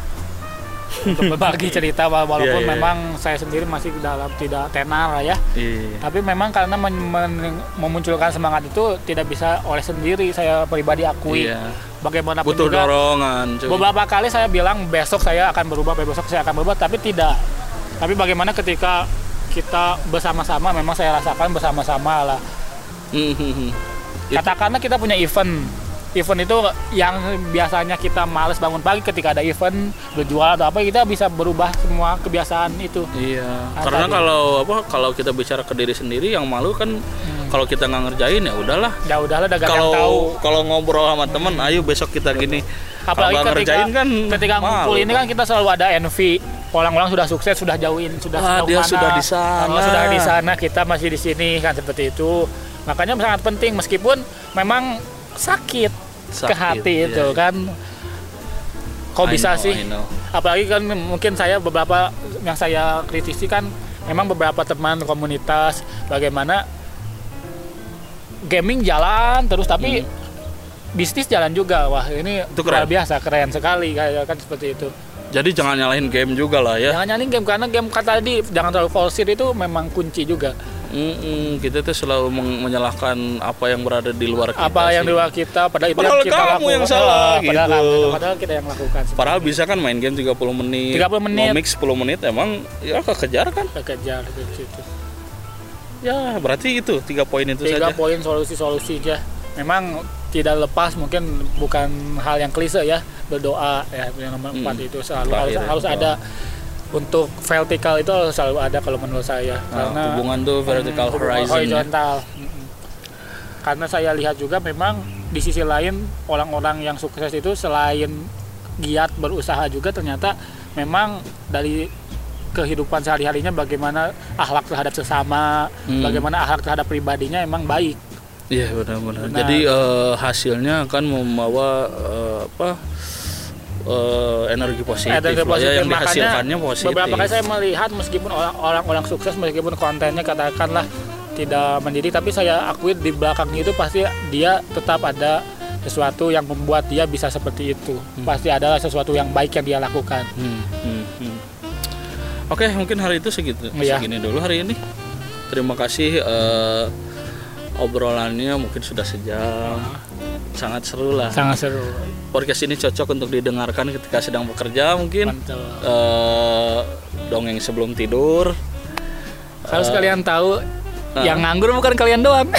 B: untuk berbagi cerita walaupun yeah, yeah. memang saya sendiri masih dalam tidak tenar lah ya. Yeah. Tapi memang karena men- men- memunculkan semangat itu tidak bisa oleh sendiri saya pribadi akui. Yeah. Bagaimanapun
A: butuh
B: juga
A: dorongan. Cuy.
B: Beberapa kali saya bilang besok saya akan berubah, besok saya akan berubah, tapi tidak. Tapi bagaimana ketika kita bersama-sama, memang saya rasakan bersama-sama lah. Mm-hmm. Katakanlah kita punya event, event itu yang biasanya kita males bangun pagi, ketika ada event berjualan atau apa kita bisa berubah semua kebiasaan itu.
A: Iya. Nah, karena tadi. kalau apa kalau kita bicara ke diri sendiri yang malu kan. Hmm. Kalau kita nggak ngerjain ya udahlah.
B: Ya udahlah, dagang
A: kalau
B: tahu.
A: Kalau ngobrol sama teman, hmm. ayo besok kita gini.
B: Apalagi ketika,
A: ngerjain kan
B: ketika ngumpul ini kan kita selalu ada envy. orang-orang sudah sukses, sudah jauhin, sudah
A: Ah,
B: sejauh
A: dia
B: mana.
A: sudah di sana.
B: Kalau sudah di sana, kita masih di sini kan seperti itu. Makanya sangat penting meskipun memang sakit, ke
A: Sakit,
B: hati
A: iya,
B: itu
A: iya.
B: kan. Kok
A: I
B: bisa
A: know,
B: sih?
A: I know.
B: Apalagi kan mungkin saya beberapa yang saya kritisi kan memang beberapa teman komunitas bagaimana gaming jalan terus tapi
A: Hmm.
B: bisnis jalan juga. Wah, ini
A: Itu
B: luar
A: keren.
B: biasa, keren sekali kayak kan seperti itu.
A: Jadi jangan nyalahin game juga lah ya.
B: Jangan nyalain game karena game kata tadi jangan terlalu forsir itu memang kunci juga.
A: Mm-mm, kita tuh selalu meng- menyalahkan apa yang berada di luar kita.
B: Apa yang
A: sih.
B: di luar kita padahal itu
A: Padahal
B: yang kita
A: kamu
B: lakukan.
A: yang salah,
B: Oh, padahal,
A: gitu.
B: kamu- padahal kita yang lakukan.
A: Padahal bisa kan main game tiga puluh menit.
B: tiga puluh menit.
A: Mau mix sepuluh menit emang ya kekejar kan?
B: Kita kejar di situ.
A: Ya, berarti itu tiga poin itu
B: Tiga
A: saja.
B: poin solusi-solusinya. Memang tidak lepas mungkin bukan hal yang klise ya, berdoa ya yang nomor
A: Hmm.
B: empat itu selalu
A: Terakhir
B: harus
A: ya,
B: harus
A: doa.
B: ada. Untuk vertikal itu harus selalu ada kalau menurut saya.
A: Nah,
B: karena
A: hubungan tuh vertical
B: Hmm,
A: horizon. ya.
B: horizontal. Mm-mm. Karena saya lihat juga memang di sisi lain orang-orang yang sukses itu selain giat berusaha juga ternyata memang dari kehidupan sehari-harinya bagaimana akhlak terhadap sesama,
A: Hmm.
B: bagaimana akhlak terhadap pribadinya emang baik.
A: Iya benar-benar.
B: Benar.
A: Jadi eh, hasilnya akan membawa eh, apa eh, energi positif,
B: Energi
A: lah ya,
B: positif.
A: yang
B: Makanya
A: dihasilkannya positif.
B: beberapa kali saya melihat meskipun orang- orang-orang sukses meskipun kontennya katakanlah tidak mendidik tapi saya akui di belakangnya itu pasti dia tetap ada sesuatu yang membuat dia bisa seperti itu.
A: Hmm.
B: Pasti adalah sesuatu yang baik yang dia lakukan.
A: Hmm, hmm, hmm. Oke, mungkin hari itu segitu,
B: Iya.
A: segini dulu hari ini. Terima kasih eh, obrolannya mungkin sudah sejam, sangat seru lah.
B: Sangat seru.
A: Podcast ini cocok untuk didengarkan ketika sedang bekerja mungkin,
B: Mantul.
A: eh, dongeng sebelum tidur.
B: Harus
A: Eh,
B: kalian tahu
A: eh.
B: yang nganggur bukan kalian doang.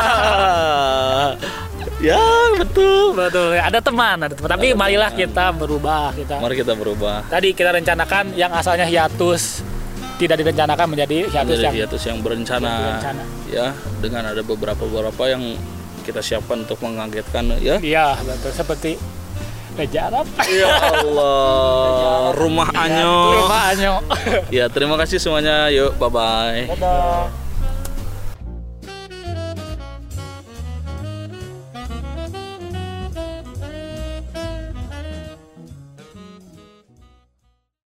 A: Ya betul.
B: Betul. Ada teman, ada teman. Tapi
A: Ada
B: marilah
A: teman.
B: kita berubah kita.
A: Mari kita berubah.
B: Tadi kita rencanakan yang asalnya hiatus tidak direncanakan menjadi hiatus
A: Menjadi
B: yang
A: hiatus yang berencana.
B: berencana.
A: Ya, dengan ada beberapa beberapa yang kita siapkan untuk mengagetkan ya.
B: Iya, betul. Seperti Raja Arab.
A: Ya Allah, rumah Anyo.
B: Rumah Anyo.
A: Ya, terima kasih semuanya. Yuk, bye bye.
B: Dadah.